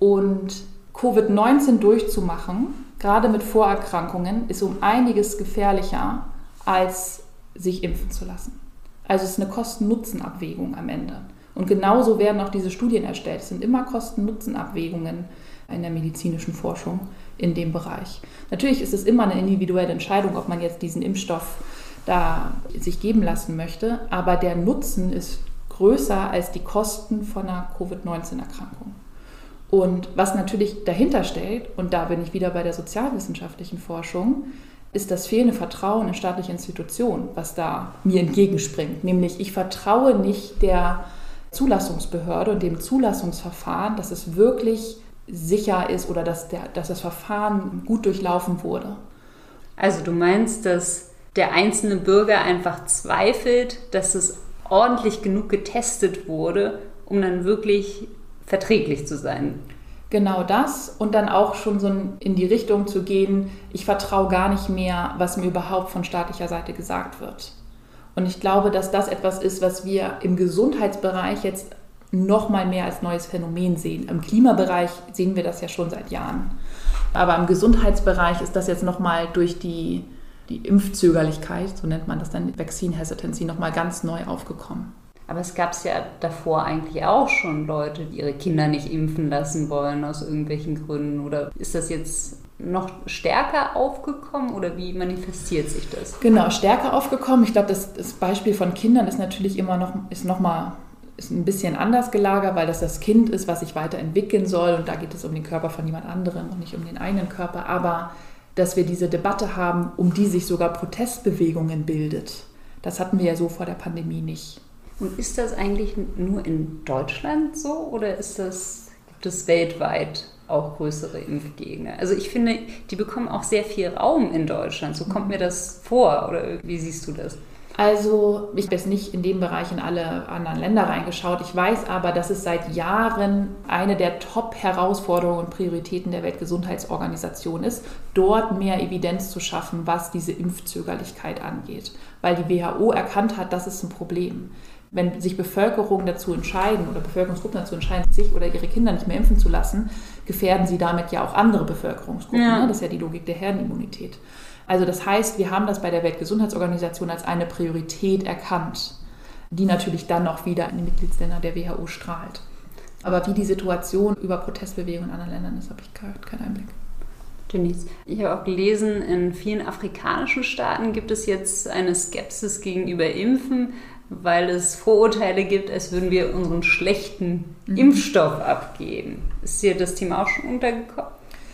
Und Covid neunzehn durchzumachen, gerade mit Vorerkrankungen, ist um einiges gefährlicher, als sich impfen zu lassen. Also es ist eine Kosten-Nutzen-Abwägung am Ende. Und genauso werden auch diese Studien erstellt. Es sind immer Kosten-Nutzen-Abwägungen in der medizinischen Forschung in dem Bereich. Natürlich ist es immer eine individuelle Entscheidung, ob man jetzt diesen Impfstoff da sich geben lassen möchte, aber der Nutzen ist größer als die Kosten von einer Covid neunzehn Erkrankung. Und was natürlich dahinter steht, und da bin ich wieder bei der sozialwissenschaftlichen Forschung, ist das fehlende Vertrauen in staatliche Institutionen, was da mir entgegenspringt. Nämlich, ich vertraue nicht der Zulassungsbehörde und dem Zulassungsverfahren, dass es wirklich sicher ist oder dass, der, dass das Verfahren gut durchlaufen wurde. Also du meinst, dass der einzelne Bürger einfach zweifelt, dass es ordentlich genug getestet wurde, um dann wirklich verträglich zu sein? Genau das und dann auch schon so in die Richtung zu gehen, ich vertraue gar nicht mehr, was mir überhaupt von staatlicher Seite gesagt wird. Und ich glaube, dass das etwas ist, was wir im Gesundheitsbereich jetzt noch mal mehr als neues Phänomen sehen. Im Klimabereich sehen wir das ja schon seit Jahren. Aber im Gesundheitsbereich ist das jetzt noch mal durch die, die Impfzögerlichkeit, so nennt man das dann, Vaccine Hesitancy, noch mal ganz neu aufgekommen. Aber es gab es ja davor eigentlich auch schon Leute, die ihre Kinder nicht impfen lassen wollen aus irgendwelchen Gründen. Oder ist das jetzt noch stärker aufgekommen oder wie manifestiert sich das? Genau, stärker aufgekommen. Ich glaube, das, das Beispiel von Kindern ist natürlich immer noch, ist noch mal ist ein bisschen anders gelagert, weil das das Kind ist, was sich weiterentwickeln soll. Und da geht es um den Körper von jemand anderem und nicht um den eigenen Körper. Aber dass wir diese Debatte haben, um die sich sogar Protestbewegungen bildet, das hatten wir ja so vor der Pandemie nicht. Und ist das eigentlich nur in Deutschland so oder ist das, gibt es weltweit auch größere Impfgegner? Also ich finde, die bekommen auch sehr viel Raum in Deutschland. So kommt mir das vor oder wie siehst du das? Also ich habe jetzt nicht in dem Bereich in alle anderen Länder reingeschaut. Ich weiß aber, dass es seit Jahren eine der Top-Herausforderungen und Prioritäten der Weltgesundheitsorganisation ist, dort mehr Evidenz zu schaffen, was diese Impfzögerlichkeit angeht. Weil die W H O erkannt hat, das ist ein Problem. Wenn sich Bevölkerungen dazu entscheiden oder Bevölkerungsgruppen dazu entscheiden, sich oder ihre Kinder nicht mehr impfen zu lassen, gefährden sie damit ja auch andere Bevölkerungsgruppen. Ja. Ne? Das ist ja die Logik der Herdenimmunität. Also das heißt, wir haben das bei der Weltgesundheitsorganisation als eine Priorität erkannt, die natürlich dann auch wieder in die Mitgliedsländer der W H O strahlt. Aber wie die Situation über Protestbewegungen in anderen Ländern ist, habe ich keinen Einblick. Denise, ich habe auch gelesen, in vielen afrikanischen Staaten gibt es jetzt eine Skepsis gegenüber Impfen, weil es Vorurteile gibt, als würden wir unseren schlechten mhm. Impfstoff abgeben. Ist dir das Thema auch schon untergekommen?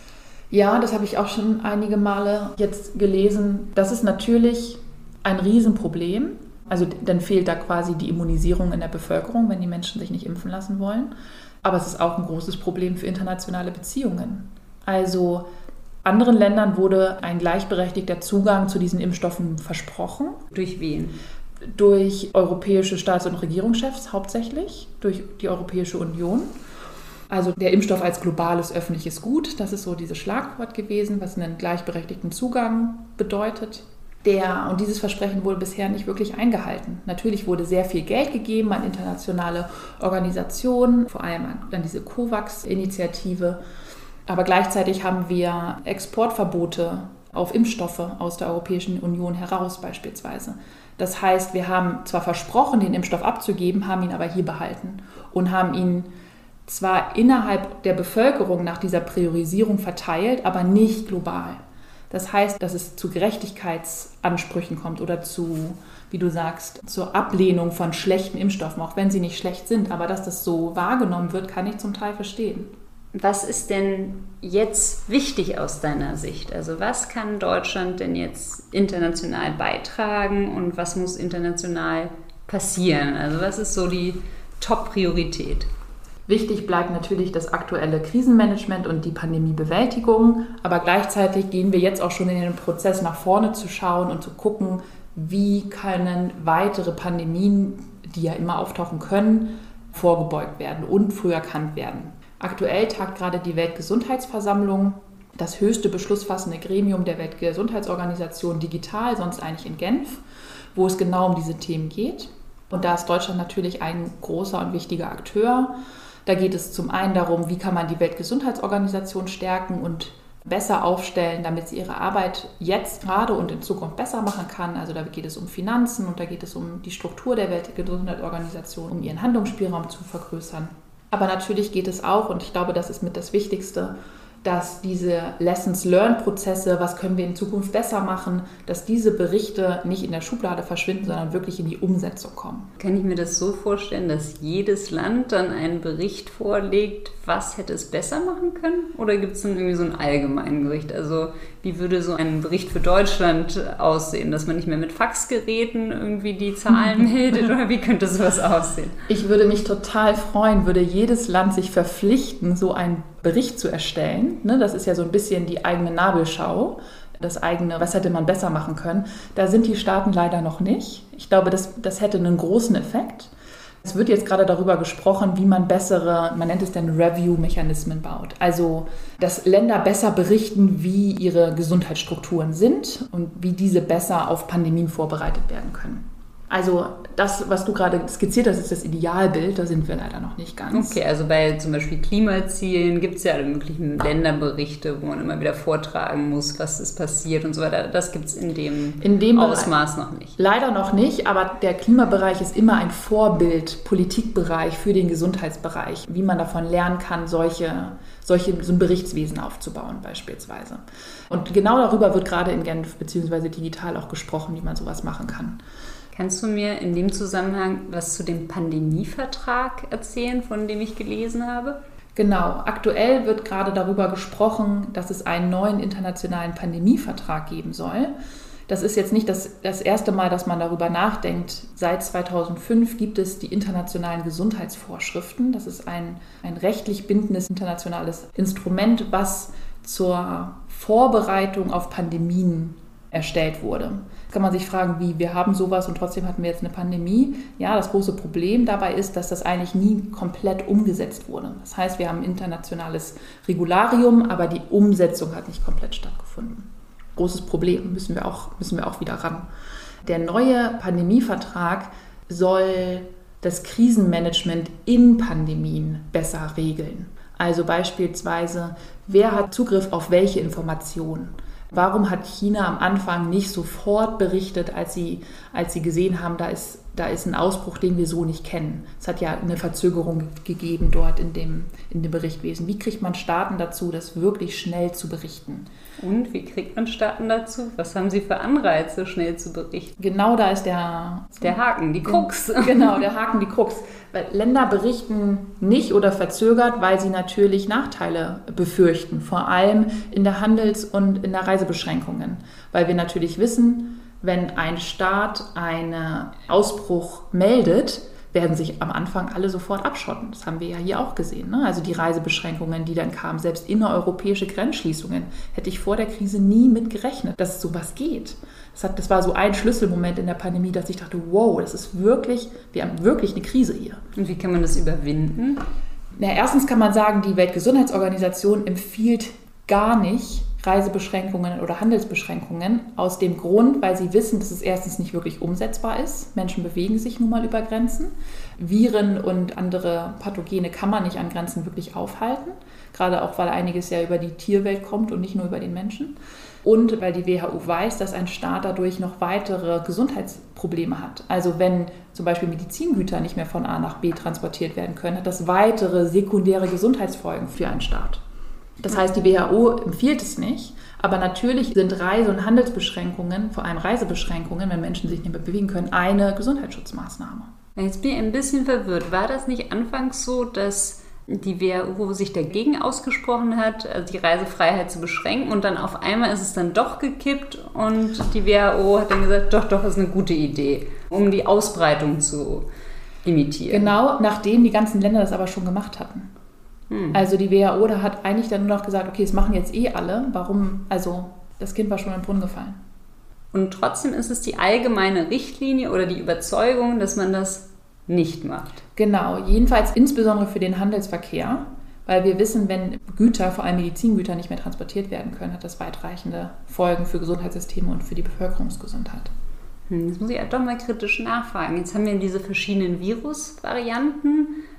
Ja, das habe ich auch schon einige Male jetzt gelesen. Das ist natürlich ein Riesenproblem. Also dann fehlt da quasi die Immunisierung in der Bevölkerung, wenn die Menschen sich nicht impfen lassen wollen. Aber es ist auch ein großes Problem für internationale Beziehungen. Also anderen Ländern wurde ein gleichberechtigter Zugang zu diesen Impfstoffen versprochen. Durch wen? Durch europäische Staats- und Regierungschefs hauptsächlich, durch die Europäische Union. Also der Impfstoff als globales öffentliches Gut, das ist so dieses Schlagwort gewesen, was einen gleichberechtigten Zugang bedeutet. Der, und dieses Versprechen wurde bisher nicht wirklich eingehalten. Natürlich wurde sehr viel Geld gegeben an internationale Organisationen, vor allem an, an diese COVAX-Initiative. Aber gleichzeitig haben wir Exportverbote auf Impfstoffe aus der Europäischen Union heraus beispielsweise. Das heißt, wir haben zwar versprochen, den Impfstoff abzugeben, haben ihn aber hier behalten und haben ihn zwar innerhalb der Bevölkerung nach dieser Priorisierung verteilt, aber nicht global. Das heißt, dass es zu Gerechtigkeitsansprüchen kommt oder zu, wie du sagst, zur Ablehnung von schlechten Impfstoffen, auch wenn sie nicht schlecht sind. Aber dass das so wahrgenommen wird, kann ich zum Teil verstehen. Was ist denn jetzt wichtig aus deiner Sicht? Also was kann Deutschland denn jetzt international beitragen und was muss international passieren? Also was ist so die Top-Priorität? Wichtig bleibt natürlich das aktuelle Krisenmanagement und die Pandemiebewältigung, aber gleichzeitig gehen wir jetzt auch schon in den Prozess, nach vorne zu schauen und zu gucken, wie können weitere Pandemien, die ja immer auftauchen können, vorgebeugt werden und früh erkannt werden. Aktuell tagt gerade die Weltgesundheitsversammlung, das höchste beschlussfassende Gremium der Weltgesundheitsorganisation, digital, sonst eigentlich in Genf, wo es genau um diese Themen geht. Und da ist Deutschland natürlich ein großer und wichtiger Akteur. Da geht es zum einen darum, wie kann man die Weltgesundheitsorganisation stärken und besser aufstellen, damit sie ihre Arbeit jetzt gerade und in Zukunft besser machen kann. Also da geht es um Finanzen und da geht es um die Struktur der Weltgesundheitsorganisation, um ihren Handlungsspielraum zu vergrößern. Aber natürlich geht es auch, und ich glaube, das ist mit das Wichtigste, dass diese Lessons-Learned-Prozesse, was können wir in Zukunft besser machen, dass diese Berichte nicht in der Schublade verschwinden, sondern wirklich in die Umsetzung kommen. Kann ich mir das so vorstellen, dass jedes Land dann einen Bericht vorlegt, was hätte es besser machen können? Oder gibt es dann irgendwie so einen allgemeinen Bericht? Also wie würde so ein Bericht für Deutschland aussehen? Dass man nicht mehr mit Faxgeräten irgendwie die Zahlen meldet? Oder wie könnte sowas aussehen? Ich würde mich total freuen, würde jedes Land sich verpflichten, so einen Bericht zu erstellen. Das ist ja so ein bisschen die eigene Nabelschau, das eigene, was hätte man besser machen können. Da sind die Staaten leider noch nicht. Ich glaube, das, das hätte einen großen Effekt. Es wird jetzt gerade darüber gesprochen, wie man bessere, man nennt es dann Review-Mechanismen baut. Also, dass Länder besser berichten, wie ihre Gesundheitsstrukturen sind und wie diese besser auf Pandemien vorbereitet werden können. Also das, was du gerade skizziert hast, ist das Idealbild, da sind wir leider noch nicht ganz. Okay, also bei zum Beispiel Klimazielen gibt es ja alle möglichen Länderberichte, wo man immer wieder vortragen muss, was ist passiert und so weiter. Das gibt es in dem, in dem Ausmaß Bereich noch nicht. Leider noch nicht, aber der Klimabereich ist immer ein Vorbild, Politikbereich für den Gesundheitsbereich, wie man davon lernen kann, solche, solche, so ein Berichtswesen aufzubauen beispielsweise. Und genau darüber wird gerade in Genf bzw. digital auch gesprochen, wie man sowas machen kann. Kannst du mir in dem Zusammenhang was zu dem Pandemievertrag erzählen, von dem ich gelesen habe? Genau, aktuell wird gerade darüber gesprochen, dass es einen neuen internationalen Pandemievertrag geben soll. Das ist jetzt nicht das, das erste Mal, dass man darüber nachdenkt. Seit zweitausendfünf gibt es die internationalen Gesundheitsvorschriften. Das ist ein, ein rechtlich bindendes internationales Instrument, was zur Vorbereitung auf Pandemien erstellt wurde. Kann man sich fragen, wie, wir haben sowas und trotzdem hatten wir jetzt eine Pandemie. Ja, das große Problem dabei ist, dass das eigentlich nie komplett umgesetzt wurde. Das heißt, wir haben ein internationales Regularium, aber die Umsetzung hat nicht komplett stattgefunden. Großes Problem, müssen wir auch, müssen wir auch wieder ran. Der neue Pandemievertrag soll das Krisenmanagement in Pandemien besser regeln. Also beispielsweise, wer hat Zugriff auf welche Informationen? Warum hat China am Anfang nicht sofort berichtet, als sie, als sie gesehen haben, da ist, da ist ein Ausbruch, den wir so nicht kennen? Es hat ja eine Verzögerung gegeben dort in dem, in dem Berichtwesen. Wie kriegt man Staaten dazu, das wirklich schnell zu berichten? Und wie kriegt man Staaten dazu? Was haben sie für Anreize, schnell zu berichten? Genau, da ist der, der Haken, die Krux. Genau, der Haken, die Krux. Weil Länder berichten nicht oder verzögert, weil sie natürlich Nachteile befürchten, vor allem in der Handels- und in der Reisebeschränkungen. Weil wir natürlich wissen, wenn ein Staat einen Ausbruch meldet, werden sich am Anfang alle sofort abschotten. Das haben wir ja hier auch gesehen. Ne? Also die Reisebeschränkungen, die dann kamen, selbst innereuropäische Grenzschließungen, hätte ich vor der Krise nie mit gerechnet, dass es sowas geht. Das, hat, das war so ein Schlüsselmoment in der Pandemie, dass ich dachte, wow, das ist wirklich, wir haben wirklich eine Krise hier. Und wie kann man das überwinden? Na, erstens kann man sagen, die Weltgesundheitsorganisation empfiehlt gar nicht Reisebeschränkungen oder Handelsbeschränkungen aus dem Grund, weil sie wissen, dass es erstens nicht wirklich umsetzbar ist. Menschen bewegen sich nun mal über Grenzen. Viren und andere Pathogene kann man nicht an Grenzen wirklich aufhalten, gerade auch, weil einiges ja über die Tierwelt kommt und nicht nur über den Menschen. Und weil die W H O weiß, dass ein Staat dadurch noch weitere Gesundheitsprobleme hat. Also wenn zum Beispiel Medizingüter nicht mehr von A nach B transportiert werden können, hat das weitere sekundäre Gesundheitsfolgen für einen Staat. Das heißt, die W H O empfiehlt es nicht, aber natürlich sind Reise- und Handelsbeschränkungen, vor allem Reisebeschränkungen, wenn Menschen sich nicht mehr bewegen können, eine Gesundheitsschutzmaßnahme. Jetzt bin ich ein bisschen verwirrt. War das nicht anfangs so, dass die W H O sich dagegen ausgesprochen hat, also die Reisefreiheit zu beschränken und dann auf einmal ist es dann doch gekippt und die W H O hat dann gesagt, doch, doch, ist eine gute Idee, um die Ausbreitung zu limitieren. Genau, nachdem die ganzen Länder das aber schon gemacht hatten. Hm. Also die W H O da hat eigentlich dann nur noch gesagt, okay, das machen jetzt eh alle, warum, also das Kind war schon in den Brunnen gefallen. Und trotzdem ist es die allgemeine Richtlinie oder die Überzeugung, dass man das nicht macht. Genau, jedenfalls insbesondere für den Handelsverkehr, weil wir wissen, wenn Güter, vor allem Medizingüter, nicht mehr transportiert werden können, hat das weitreichende Folgen für Gesundheitssysteme und für die Bevölkerungsgesundheit. Hm, jetzt muss ich ja doch mal kritisch nachfragen. Jetzt haben wir diese verschiedenen Virusvarianten.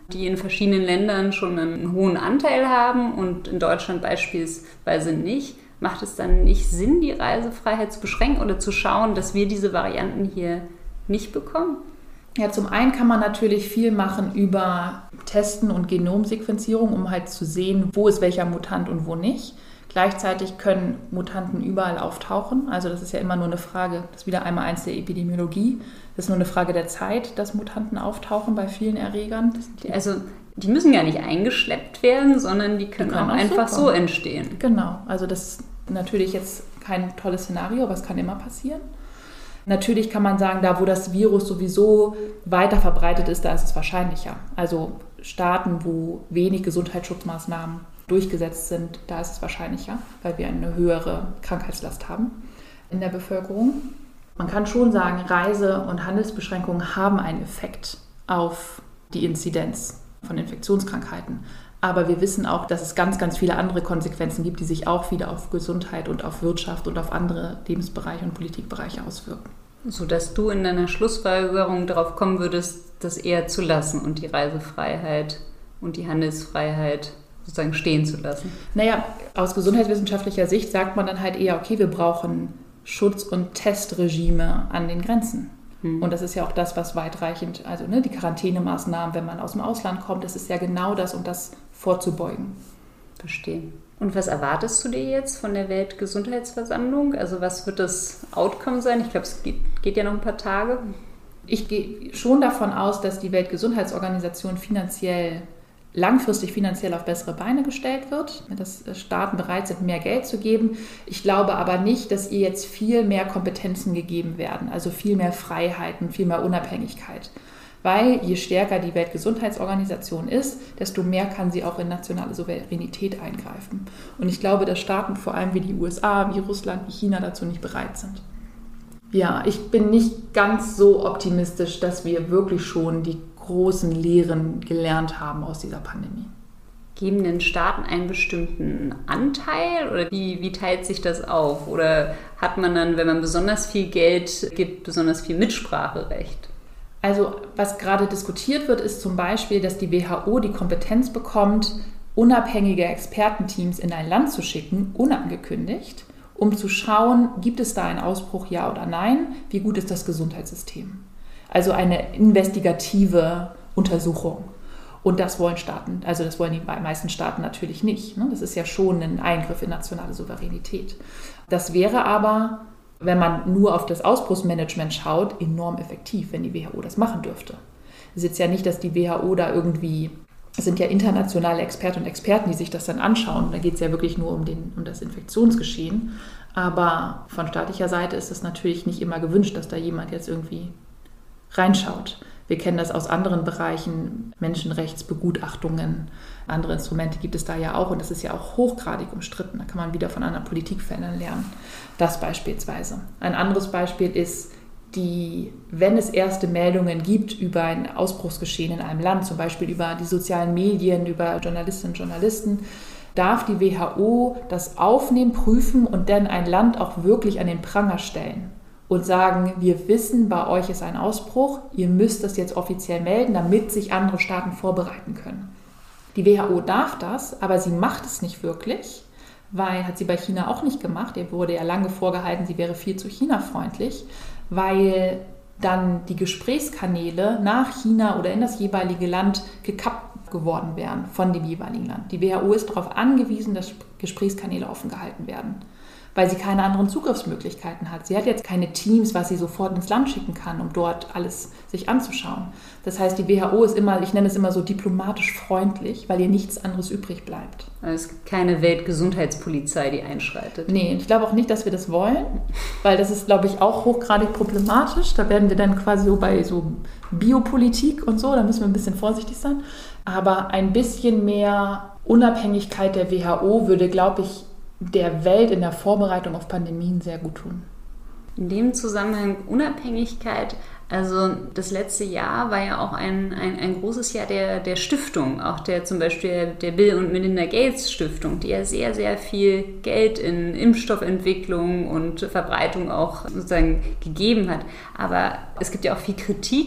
die in verschiedenen Ländern schon einen hohen Anteil haben und in Deutschland beispielsweise nicht, macht es dann nicht Sinn, die Reisefreiheit zu beschränken oder zu schauen, dass wir diese Varianten hier nicht bekommen? Ja, zum einen kann man natürlich viel machen über Testen und Genomsequenzierung, um halt zu sehen, wo ist welcher Mutant und wo nicht. Gleichzeitig können Mutanten überall auftauchen. Also das ist ja immer nur eine Frage, das ist wieder einmal eins der Epidemiologie. Das ist nur eine Frage der Zeit, dass Mutanten auftauchen bei vielen Erregern. Also die müssen gar nicht eingeschleppt werden, sondern die können, die können auch, auch einfach so entstehen. Genau, also das ist natürlich jetzt kein tolles Szenario, aber es kann immer passieren. Natürlich kann man sagen, da wo das Virus sowieso weiter verbreitet ist, da ist es wahrscheinlicher. Also Staaten, wo wenig Gesundheitsschutzmaßnahmen durchgesetzt sind, da ist es wahrscheinlicher, weil wir eine höhere Krankheitslast haben in der Bevölkerung. Man kann schon sagen, Reise- und Handelsbeschränkungen haben einen Effekt auf die Inzidenz von Infektionskrankheiten. Aber wir wissen auch, dass es ganz, ganz viele andere Konsequenzen gibt, die sich auch wieder auf Gesundheit und auf Wirtschaft und auf andere Lebensbereiche und Politikbereiche auswirken. Sodass du in deiner Schlussfolgerung darauf kommen würdest, das eher zu lassen und die Reisefreiheit und die Handelsfreiheit sozusagen stehen zu lassen? Naja, aus gesundheitswissenschaftlicher Sicht sagt man dann halt eher, okay, wir brauchen Schutz- und Testregime an den Grenzen. Hm. Und das ist ja auch das, was weitreichend, also ne, die Quarantänemaßnahmen, wenn man aus dem Ausland kommt, das ist ja genau das, um das vorzubeugen. Verstehe. Und was erwartest du dir jetzt von der Weltgesundheitsversammlung? Also was wird das Outcome sein? Ich glaube, es geht, geht ja noch ein paar Tage. Ich gehe schon davon aus, dass die Weltgesundheitsorganisation finanziell langfristig finanziell auf bessere Beine gestellt wird, dass Staaten bereit sind, mehr Geld zu geben. Ich glaube aber nicht, dass ihr jetzt viel mehr Kompetenzen gegeben werden, also viel mehr Freiheiten, viel mehr Unabhängigkeit. Weil je stärker die Weltgesundheitsorganisation ist, desto mehr kann sie auch in nationale Souveränität eingreifen. Und ich glaube, dass Staaten, vor allem wie die U S A, wie Russland, wie China, dazu nicht bereit sind. Ja, ich bin nicht ganz so optimistisch, dass wir wirklich schon die großen Lehren gelernt haben aus dieser Pandemie. Geben den Staaten einen bestimmten Anteil oder wie, wie teilt sich das auf? Oder hat man dann, wenn man besonders viel Geld gibt, besonders viel Mitspracherecht? Also was gerade diskutiert wird, ist zum Beispiel, dass die W H O die Kompetenz bekommt, unabhängige Expertenteams in ein Land zu schicken, unangekündigt, um zu schauen, gibt es da einen Ausbruch, ja oder nein, wie gut ist das Gesundheitssystem. Also eine investigative Untersuchung. Und das wollen Staaten, also das wollen die meisten Staaten natürlich nicht. Das ist ja schon ein Eingriff in nationale Souveränität. Das wäre aber, wenn man nur auf das Ausbruchsmanagement schaut, enorm effektiv, wenn die W H O das machen dürfte. Es ist jetzt ja nicht, dass die W H O da irgendwie, es sind ja internationale Expertinnen und Experten, die sich das dann anschauen. Da geht es ja wirklich nur um, den, um das Infektionsgeschehen. Aber von staatlicher Seite ist es natürlich nicht immer gewünscht, dass da jemand jetzt irgendwie reinschaut. Wir kennen das aus anderen Bereichen, Menschenrechtsbegutachtungen, andere Instrumente gibt es da ja auch und das ist ja auch hochgradig umstritten. Da kann man wieder von anderen Politikfeldern lernen. Das beispielsweise. Ein anderes Beispiel ist, die, wenn es erste Meldungen gibt über ein Ausbruchsgeschehen in einem Land, zum Beispiel über die sozialen Medien, über Journalistinnen und Journalisten, darf die W H O das aufnehmen, prüfen und dann ein Land auch wirklich an den Pranger stellen. Und sagen, wir wissen, bei euch ist ein Ausbruch, ihr müsst das jetzt offiziell melden, damit sich andere Staaten vorbereiten können. Die W H O darf das, aber sie macht es nicht wirklich, weil, hat sie bei China auch nicht gemacht, ihr wurde ja lange vorgehalten, sie wäre viel zu China-freundlich, weil dann die Gesprächskanäle nach China oder in das jeweilige Land gekappt geworden wären von dem jeweiligen Land. Die W H O ist darauf angewiesen, dass Gesprächskanäle offen gehalten werden, weil sie keine anderen Zugriffsmöglichkeiten hat. Sie hat jetzt keine Teams, was sie sofort ins Land schicken kann, um dort alles sich anzuschauen. Das heißt, die W H O ist immer, ich nenne es immer so diplomatisch freundlich, weil ihr nichts anderes übrig bleibt. Es ist keine Weltgesundheitspolizei, die einschreitet. Nee, ich glaube auch nicht, dass wir das wollen, weil das ist, glaube ich, auch hochgradig problematisch. Da werden wir dann quasi so bei so Biopolitik und so, da müssen wir ein bisschen vorsichtig sein. Aber ein bisschen mehr Unabhängigkeit der W H O würde, glaube ich, der Welt in der Vorbereitung auf Pandemien sehr gut tun. In dem Zusammenhang Unabhängigkeit, also das letzte Jahr war ja auch ein, ein, ein großes Jahr der, der Stiftung, auch der zum Beispiel der Bill und Melinda Gates Stiftung, die ja sehr, sehr viel Geld in Impfstoffentwicklung und Verbreitung auch sozusagen gegeben hat. Aber es gibt ja auch viel Kritik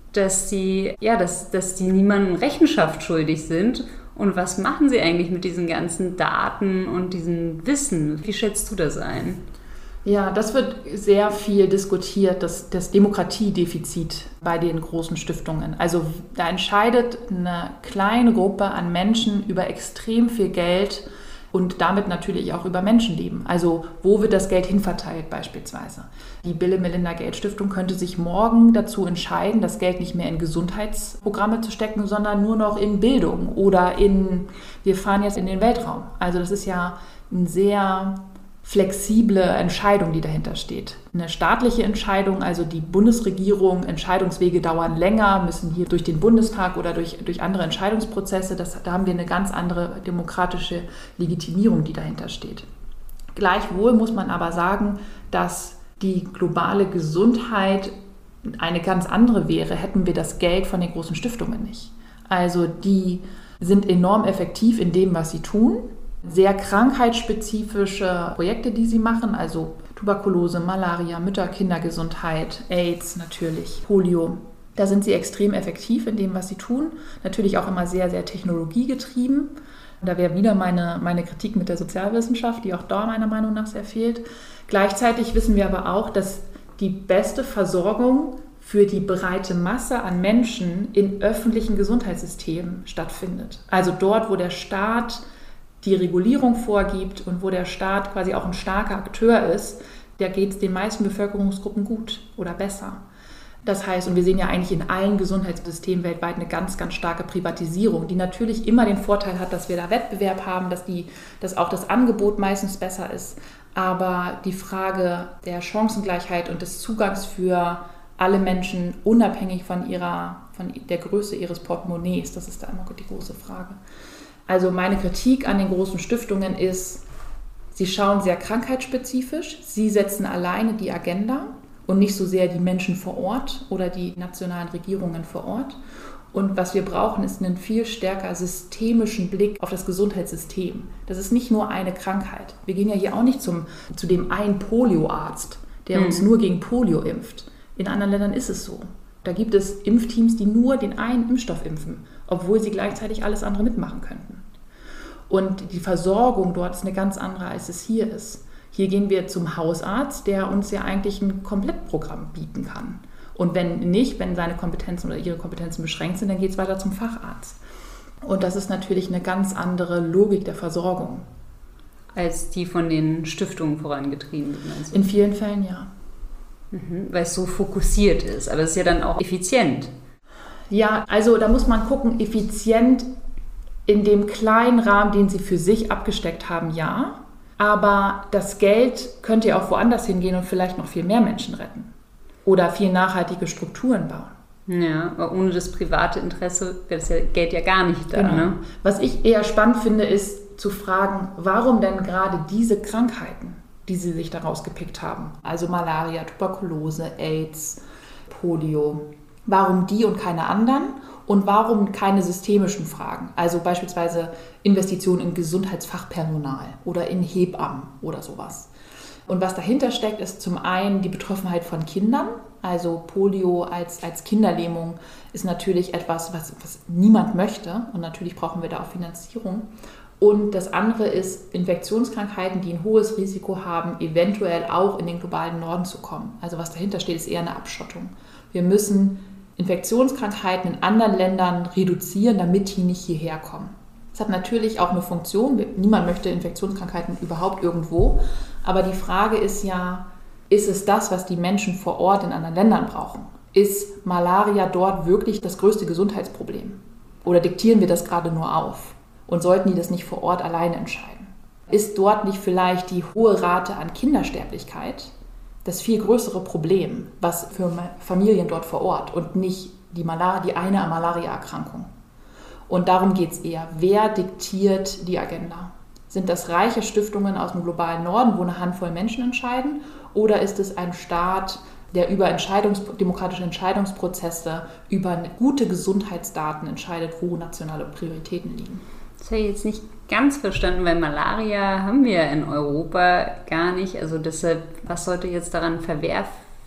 dass sie, ja, dass, dass die niemandem Rechenschaft schuldig sind. Und was machen sie eigentlich mit diesen ganzen Daten und diesem Wissen? Wie schätzt du das ein? Ja, das wird sehr viel diskutiert, das, das Demokratiedefizit bei den großen Stiftungen. Also da entscheidet eine kleine Gruppe an Menschen über extrem viel Geld und damit natürlich auch über Menschenleben. Also wo wird das Geld hinverteilt beispielsweise? Die Bill-Melinda-Gates-Stiftung könnte sich morgen dazu entscheiden, das Geld nicht mehr in Gesundheitsprogramme zu stecken, sondern nur noch in Bildung oder in, wir fahren jetzt in den Weltraum. Also das ist ja ein sehr flexible Entscheidung, die dahinter steht. Eine staatliche Entscheidung, also die Bundesregierung, Entscheidungswege dauern länger, müssen hier durch den Bundestag oder durch, durch andere Entscheidungsprozesse, das, da haben wir eine ganz andere demokratische Legitimierung, die dahinter steht. Gleichwohl muss man aber sagen, dass die globale Gesundheit eine ganz andere wäre, hätten wir das Geld von den großen Stiftungen nicht. Also die sind enorm effektiv in dem, was sie tun. Sehr krankheitsspezifische Projekte, die sie machen, also Tuberkulose, Malaria, Mütter-Kinder-Gesundheit, AIDS natürlich, Polio. Da sind sie extrem effektiv in dem, was sie tun. Natürlich auch immer sehr, sehr technologiegetrieben. Da wäre wieder meine, meine Kritik mit der Sozialwissenschaft, die auch da meiner Meinung nach sehr fehlt. Gleichzeitig wissen wir aber auch, dass die beste Versorgung für die breite Masse an Menschen in öffentlichen Gesundheitssystemen stattfindet. Also dort, wo der Staat die Regulierung vorgibt und wo der Staat quasi auch ein starker Akteur ist, da geht es den meisten Bevölkerungsgruppen gut oder besser. Das heißt, und wir sehen ja eigentlich in allen Gesundheitssystemen weltweit eine ganz, ganz starke Privatisierung, die natürlich immer den Vorteil hat, dass wir da Wettbewerb haben, dass, die, dass auch das Angebot meistens besser ist. Aber die Frage der Chancengleichheit und des Zugangs für alle Menschen, unabhängig von, ihrer, von der Größe ihres Portemonnaies, das ist da immer die große Frage. Also meine Kritik an den großen Stiftungen ist, sie schauen sehr krankheitsspezifisch, sie setzen alleine die Agenda und nicht so sehr die Menschen vor Ort oder die nationalen Regierungen vor Ort. Und was wir brauchen, ist einen viel stärker systemischen Blick auf das Gesundheitssystem. Das ist nicht nur eine Krankheit. Wir gehen ja hier auch nicht zum, zu dem einen Polioarzt, der mhm. uns nur gegen Polio impft. In anderen Ländern ist es so. Da gibt es Impfteams, die nur den einen Impfstoff impfen, obwohl sie gleichzeitig alles andere mitmachen könnten. Und die Versorgung dort ist eine ganz andere, als es hier ist. Hier gehen wir zum Hausarzt, der uns ja eigentlich ein Komplettprogramm bieten kann. Und wenn nicht, wenn seine Kompetenzen oder ihre Kompetenzen beschränkt sind, dann geht es weiter zum Facharzt. Und das ist natürlich eine ganz andere Logik der Versorgung. Als die von den Stiftungen vorangetrieben wird, meinst du? In vielen Fällen ja. Mhm, weil es so fokussiert ist, aber es ist ja dann auch effizient. Ja, also da muss man gucken, effizient in dem kleinen Rahmen, den sie für sich abgesteckt haben, ja. Aber das Geld könnte ja auch woanders hingehen und vielleicht noch viel mehr Menschen retten. Oder viel nachhaltige Strukturen bauen. Ja, aber ohne das private Interesse wäre das ja Geld ja gar nicht da. Genau. Ne? Was ich eher spannend finde, ist zu fragen, warum denn gerade diese Krankheiten, die sie sich daraus gepickt haben, also Malaria, Tuberkulose, AIDS, Polio, warum die und keine anderen? Und warum keine systemischen Fragen? Also beispielsweise Investitionen in Gesundheitsfachpersonal oder in Hebammen oder sowas. Und was dahinter steckt, ist zum einen die Betroffenheit von Kindern. Also Polio als, als Kinderlähmung ist natürlich etwas, was, was niemand möchte. Und natürlich brauchen wir da auch Finanzierung. Und das andere ist Infektionskrankheiten, die ein hohes Risiko haben, eventuell auch in den globalen Norden zu kommen. Also was dahinter steht, ist eher eine Abschottung. Wir müssen Infektionskrankheiten in anderen Ländern reduzieren, damit die nicht hierher kommen. Das hat natürlich auch eine Funktion. Niemand möchte Infektionskrankheiten überhaupt irgendwo. Aber die Frage ist ja, ist es das, was die Menschen vor Ort in anderen Ländern brauchen? Ist Malaria dort wirklich das größte Gesundheitsproblem? Oder diktieren wir das gerade nur auf? Und sollten die das nicht vor Ort alleine entscheiden? Ist dort nicht vielleicht die hohe Rate an Kindersterblichkeit das viel größere Problem, was für Familien dort vor Ort und nicht die, Malaria, die eine Malaria-Erkrankung? Und darum geht es eher. Wer diktiert die Agenda? Sind das reiche Stiftungen aus dem globalen Norden, wo eine Handvoll Menschen entscheiden? Oder ist es ein Staat, der über Entscheidungs- demokratische Entscheidungsprozesse, über gute Gesundheitsdaten entscheidet, wo nationale Prioritäten liegen? Das habe ich jetzt nicht ganz verstanden, weil Malaria haben wir in Europa gar nicht. Also deshalb, was sollte jetzt daran verwerflich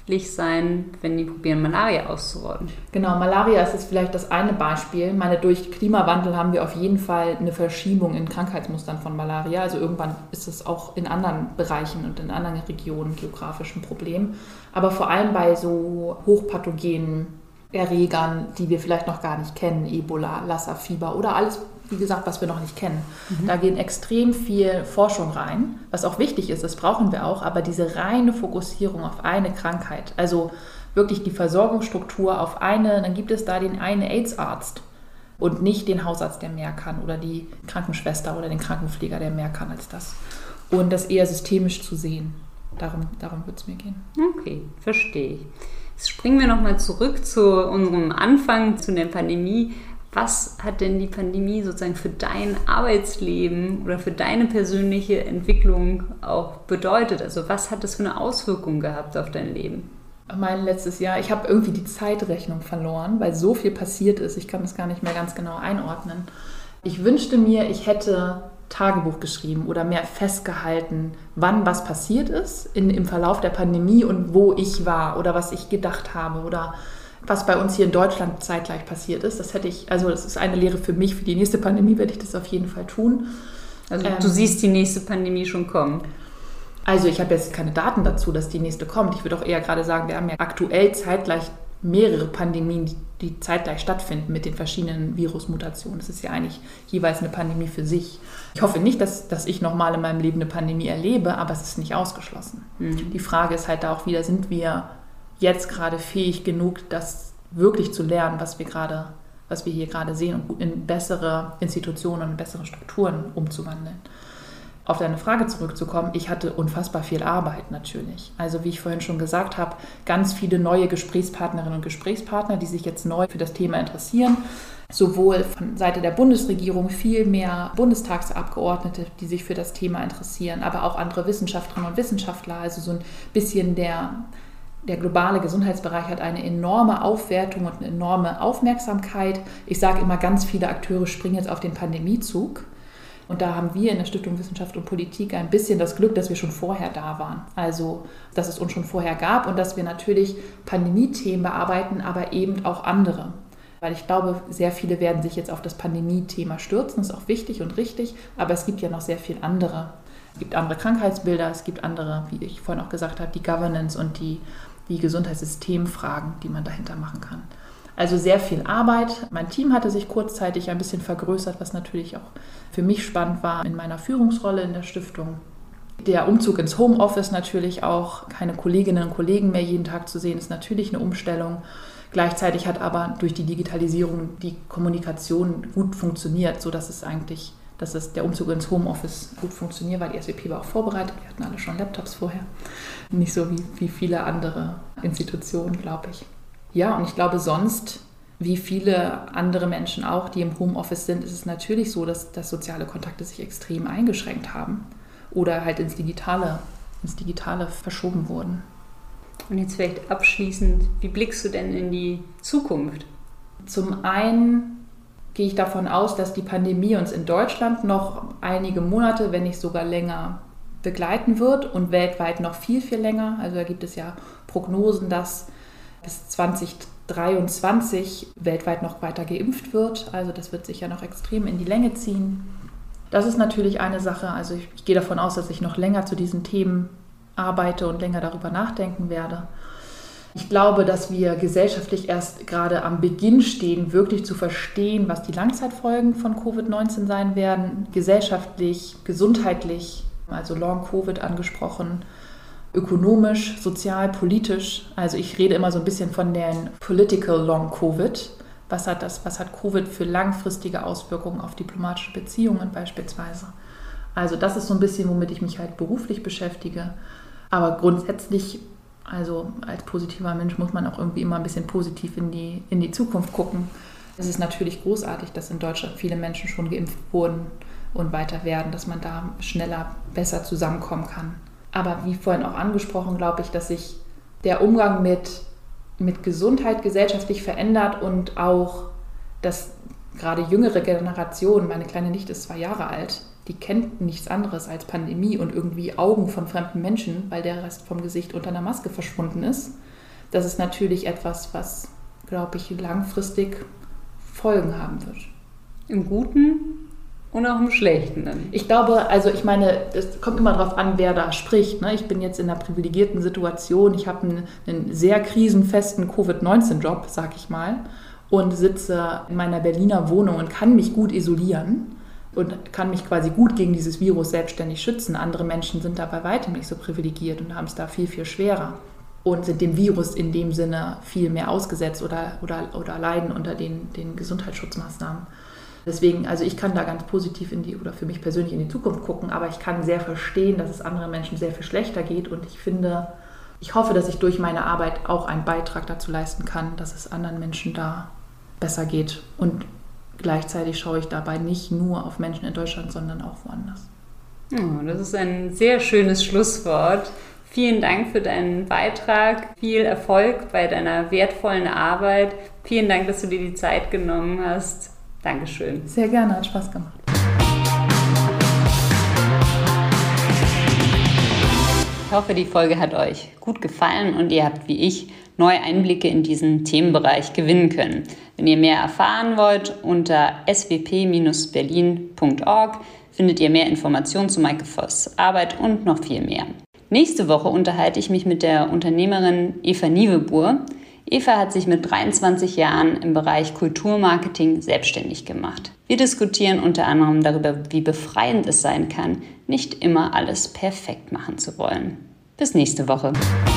sein, wenn die probieren, Malaria auszurotten. Genau, Malaria ist jetzt vielleicht das eine Beispiel. Ich meine, durch Klimawandel haben wir auf jeden Fall eine Verschiebung in Krankheitsmustern von Malaria. Also irgendwann ist es auch in anderen Bereichen und in anderen Regionen geografisch ein Problem. Aber vor allem bei so hochpathogenen Erregern, die wir vielleicht noch gar nicht kennen, Ebola, Lassa-Fieber oder alles, wie gesagt, was wir noch nicht kennen. Mhm. Da geht extrem viel Forschung rein, was auch wichtig ist, das brauchen wir auch, aber diese reine Fokussierung auf eine Krankheit, also wirklich die Versorgungsstruktur auf eine, dann gibt es da den einen AIDS-Arzt und nicht den Hausarzt, der mehr kann oder die Krankenschwester oder den Krankenpfleger, der mehr kann als das. Und das eher systemisch zu sehen, darum, darum wird es mir gehen. Okay, verstehe ich. Jetzt springen wir nochmal zurück zu unserem Anfang, zu der Pandemie. Was hat denn die Pandemie sozusagen für dein Arbeitsleben oder für deine persönliche Entwicklung auch bedeutet? Also was hat das für eine Auswirkung gehabt auf dein Leben? Mein letztes Jahr, ich habe irgendwie die Zeitrechnung verloren, weil so viel passiert ist. Ich kann das gar nicht mehr ganz genau einordnen. Ich wünschte mir, ich hätte Tagebuch geschrieben oder mehr festgehalten, wann was passiert ist in, im Verlauf der Pandemie und wo ich war oder was ich gedacht habe oder was bei uns hier in Deutschland zeitgleich passiert ist. Das hätte ich, also das ist eine Lehre für mich, für die nächste Pandemie werde ich das auf jeden Fall tun. Also ähm, du siehst die nächste Pandemie schon kommen? Also ich habe jetzt keine Daten dazu, dass die nächste kommt. Ich würde auch eher gerade sagen, wir haben ja aktuell zeitgleich mehrere Pandemien, die, die zeitgleich stattfinden mit den verschiedenen Virusmutationen. Das ist ja eigentlich jeweils eine Pandemie für sich. Ich hoffe nicht, dass, dass ich nochmal in meinem Leben eine Pandemie erlebe, aber es ist nicht ausgeschlossen. Mhm. Die Frage ist halt da auch wieder, sind wir jetzt gerade fähig genug, das wirklich zu lernen, was wir gerade, was wir hier gerade sehen und in bessere Institutionen und bessere Strukturen umzuwandeln. Auf deine Frage zurückzukommen, ich hatte unfassbar viel Arbeit natürlich. Also wie ich vorhin schon gesagt habe, ganz viele neue Gesprächspartnerinnen und Gesprächspartner, die sich jetzt neu für das Thema interessieren. Sowohl von Seite der Bundesregierung viel mehr Bundestagsabgeordnete, die sich für das Thema interessieren, aber auch andere Wissenschaftlerinnen und Wissenschaftler. Also so ein bisschen der... Der globale Gesundheitsbereich hat eine enorme Aufwertung und eine enorme Aufmerksamkeit. Ich sage immer, ganz viele Akteure springen jetzt auf den Pandemiezug. Und da haben wir in der Stiftung Wissenschaft und Politik ein bisschen das Glück, dass wir schon vorher da waren. Also, dass es uns schon vorher gab und dass wir natürlich Pandemie-Themen bearbeiten, aber eben auch andere. Weil ich glaube, sehr viele werden sich jetzt auf das Pandemie-Thema stürzen. Das ist auch wichtig und richtig, aber es gibt ja noch sehr viel andere. Es gibt andere Krankheitsbilder, es gibt andere, wie ich vorhin auch gesagt habe, die Governance und die die Gesundheitssystemfragen, die man dahinter machen kann. Also sehr viel Arbeit. Mein Team hatte sich kurzzeitig ein bisschen vergrößert, was natürlich auch für mich spannend war in meiner Führungsrolle in der Stiftung. Der Umzug ins Homeoffice natürlich auch, keine Kolleginnen und Kollegen mehr jeden Tag zu sehen, ist natürlich eine Umstellung. Gleichzeitig hat aber durch die Digitalisierung die Kommunikation gut funktioniert, sodass es eigentlich, dass es der Umzug ins Homeoffice gut funktioniert, weil die S W P war auch vorbereitet. Wir hatten alle schon Laptops vorher. Nicht so wie, wie viele andere Institutionen, glaube ich. Ja, und ich glaube sonst, wie viele andere Menschen auch, die im Homeoffice sind, ist es natürlich so, dass, dass soziale Kontakte sich extrem eingeschränkt haben oder halt ins Digitale, ins Digitale verschoben wurden. Und jetzt vielleicht abschließend, wie blickst du denn in die Zukunft? Zum einen gehe ich davon aus, dass die Pandemie uns in Deutschland noch einige Monate, wenn nicht sogar länger, begleiten wird und weltweit noch viel, viel länger. Also da gibt es ja Prognosen, dass bis zwanzig dreiundzwanzig weltweit noch weiter geimpft wird. Also das wird sich ja noch extrem in die Länge ziehen. Das ist natürlich eine Sache. Also ich, ich gehe davon aus, dass ich noch länger zu diesen Themen arbeite und länger darüber nachdenken werde. Ich glaube, dass wir gesellschaftlich erst gerade am Beginn stehen, wirklich zu verstehen, was die Langzeitfolgen von Covid neunzehn sein werden. Gesellschaftlich, gesundheitlich, also Long-Covid angesprochen, ökonomisch, sozial, politisch. Also ich rede immer so ein bisschen von den Political Long-Covid. Was hat das, was hat Covid für langfristige Auswirkungen auf diplomatische Beziehungen beispielsweise? Also das ist so ein bisschen, womit ich mich halt beruflich beschäftige. Aber grundsätzlich, also als positiver Mensch muss man auch irgendwie immer ein bisschen positiv in die, in die Zukunft gucken. Es ist natürlich großartig, dass in Deutschland viele Menschen schon geimpft wurden und weiter werden, dass man da schneller, besser zusammenkommen kann. Aber wie vorhin auch angesprochen, glaube ich, dass sich der Umgang mit, mit Gesundheit gesellschaftlich verändert und auch, dass gerade jüngere Generationen, meine kleine Nichte ist zwei Jahre alt, die kennt nichts anderes als Pandemie und irgendwie Augen von fremden Menschen, weil der Rest vom Gesicht unter einer Maske verschwunden ist. das ist natürlich etwas, was, glaube ich, langfristig Folgen haben wird. Im Guten und auch im Schlechten. Ich glaube, also ich meine, es kommt immer darauf an, wer da spricht. Ne? Ich bin jetzt in einer privilegierten Situation. Ich habe einen, einen sehr krisenfesten Covid neunzehn Job, sag ich mal, und sitze in meiner Berliner Wohnung und kann mich gut isolieren und kann mich quasi gut gegen dieses Virus selbstständig schützen. Andere Menschen sind da bei weitem nicht so privilegiert und haben es da viel, viel schwerer und sind dem Virus in dem Sinne viel mehr ausgesetzt oder, oder, oder leiden unter den, den Gesundheitsschutzmaßnahmen. Deswegen, also ich kann da ganz positiv in die, oder für mich persönlich in die Zukunft gucken, aber ich kann sehr verstehen, dass es anderen Menschen sehr viel schlechter geht und ich finde, ich hoffe, dass ich durch meine Arbeit auch einen Beitrag dazu leisten kann, dass es anderen Menschen da besser geht und gleichzeitig schaue ich dabei nicht nur auf Menschen in Deutschland, sondern auch woanders. Oh, das ist ein sehr schönes Schlusswort. Vielen Dank für deinen Beitrag. Viel Erfolg bei deiner wertvollen Arbeit. Vielen Dank, dass du dir die Zeit genommen hast. Dankeschön. Sehr gerne, hat Spaß gemacht. Ich hoffe, die Folge hat euch gut gefallen und ihr habt, wie ich, neue Einblicke in diesen Themenbereich gewinnen können. Wenn ihr mehr erfahren wollt, unter s w p dash berlin punkt org findet ihr mehr Informationen zu Maike Voss' Arbeit und noch viel mehr. Nächste Woche unterhalte ich mich mit der Unternehmerin Eva Nievebuhr. Eva hat sich mit dreiundzwanzig Jahren im Bereich Kulturmarketing selbstständig gemacht. Wir diskutieren unter anderem darüber, wie befreiend es sein kann, nicht immer alles perfekt machen zu wollen. Bis nächste Woche.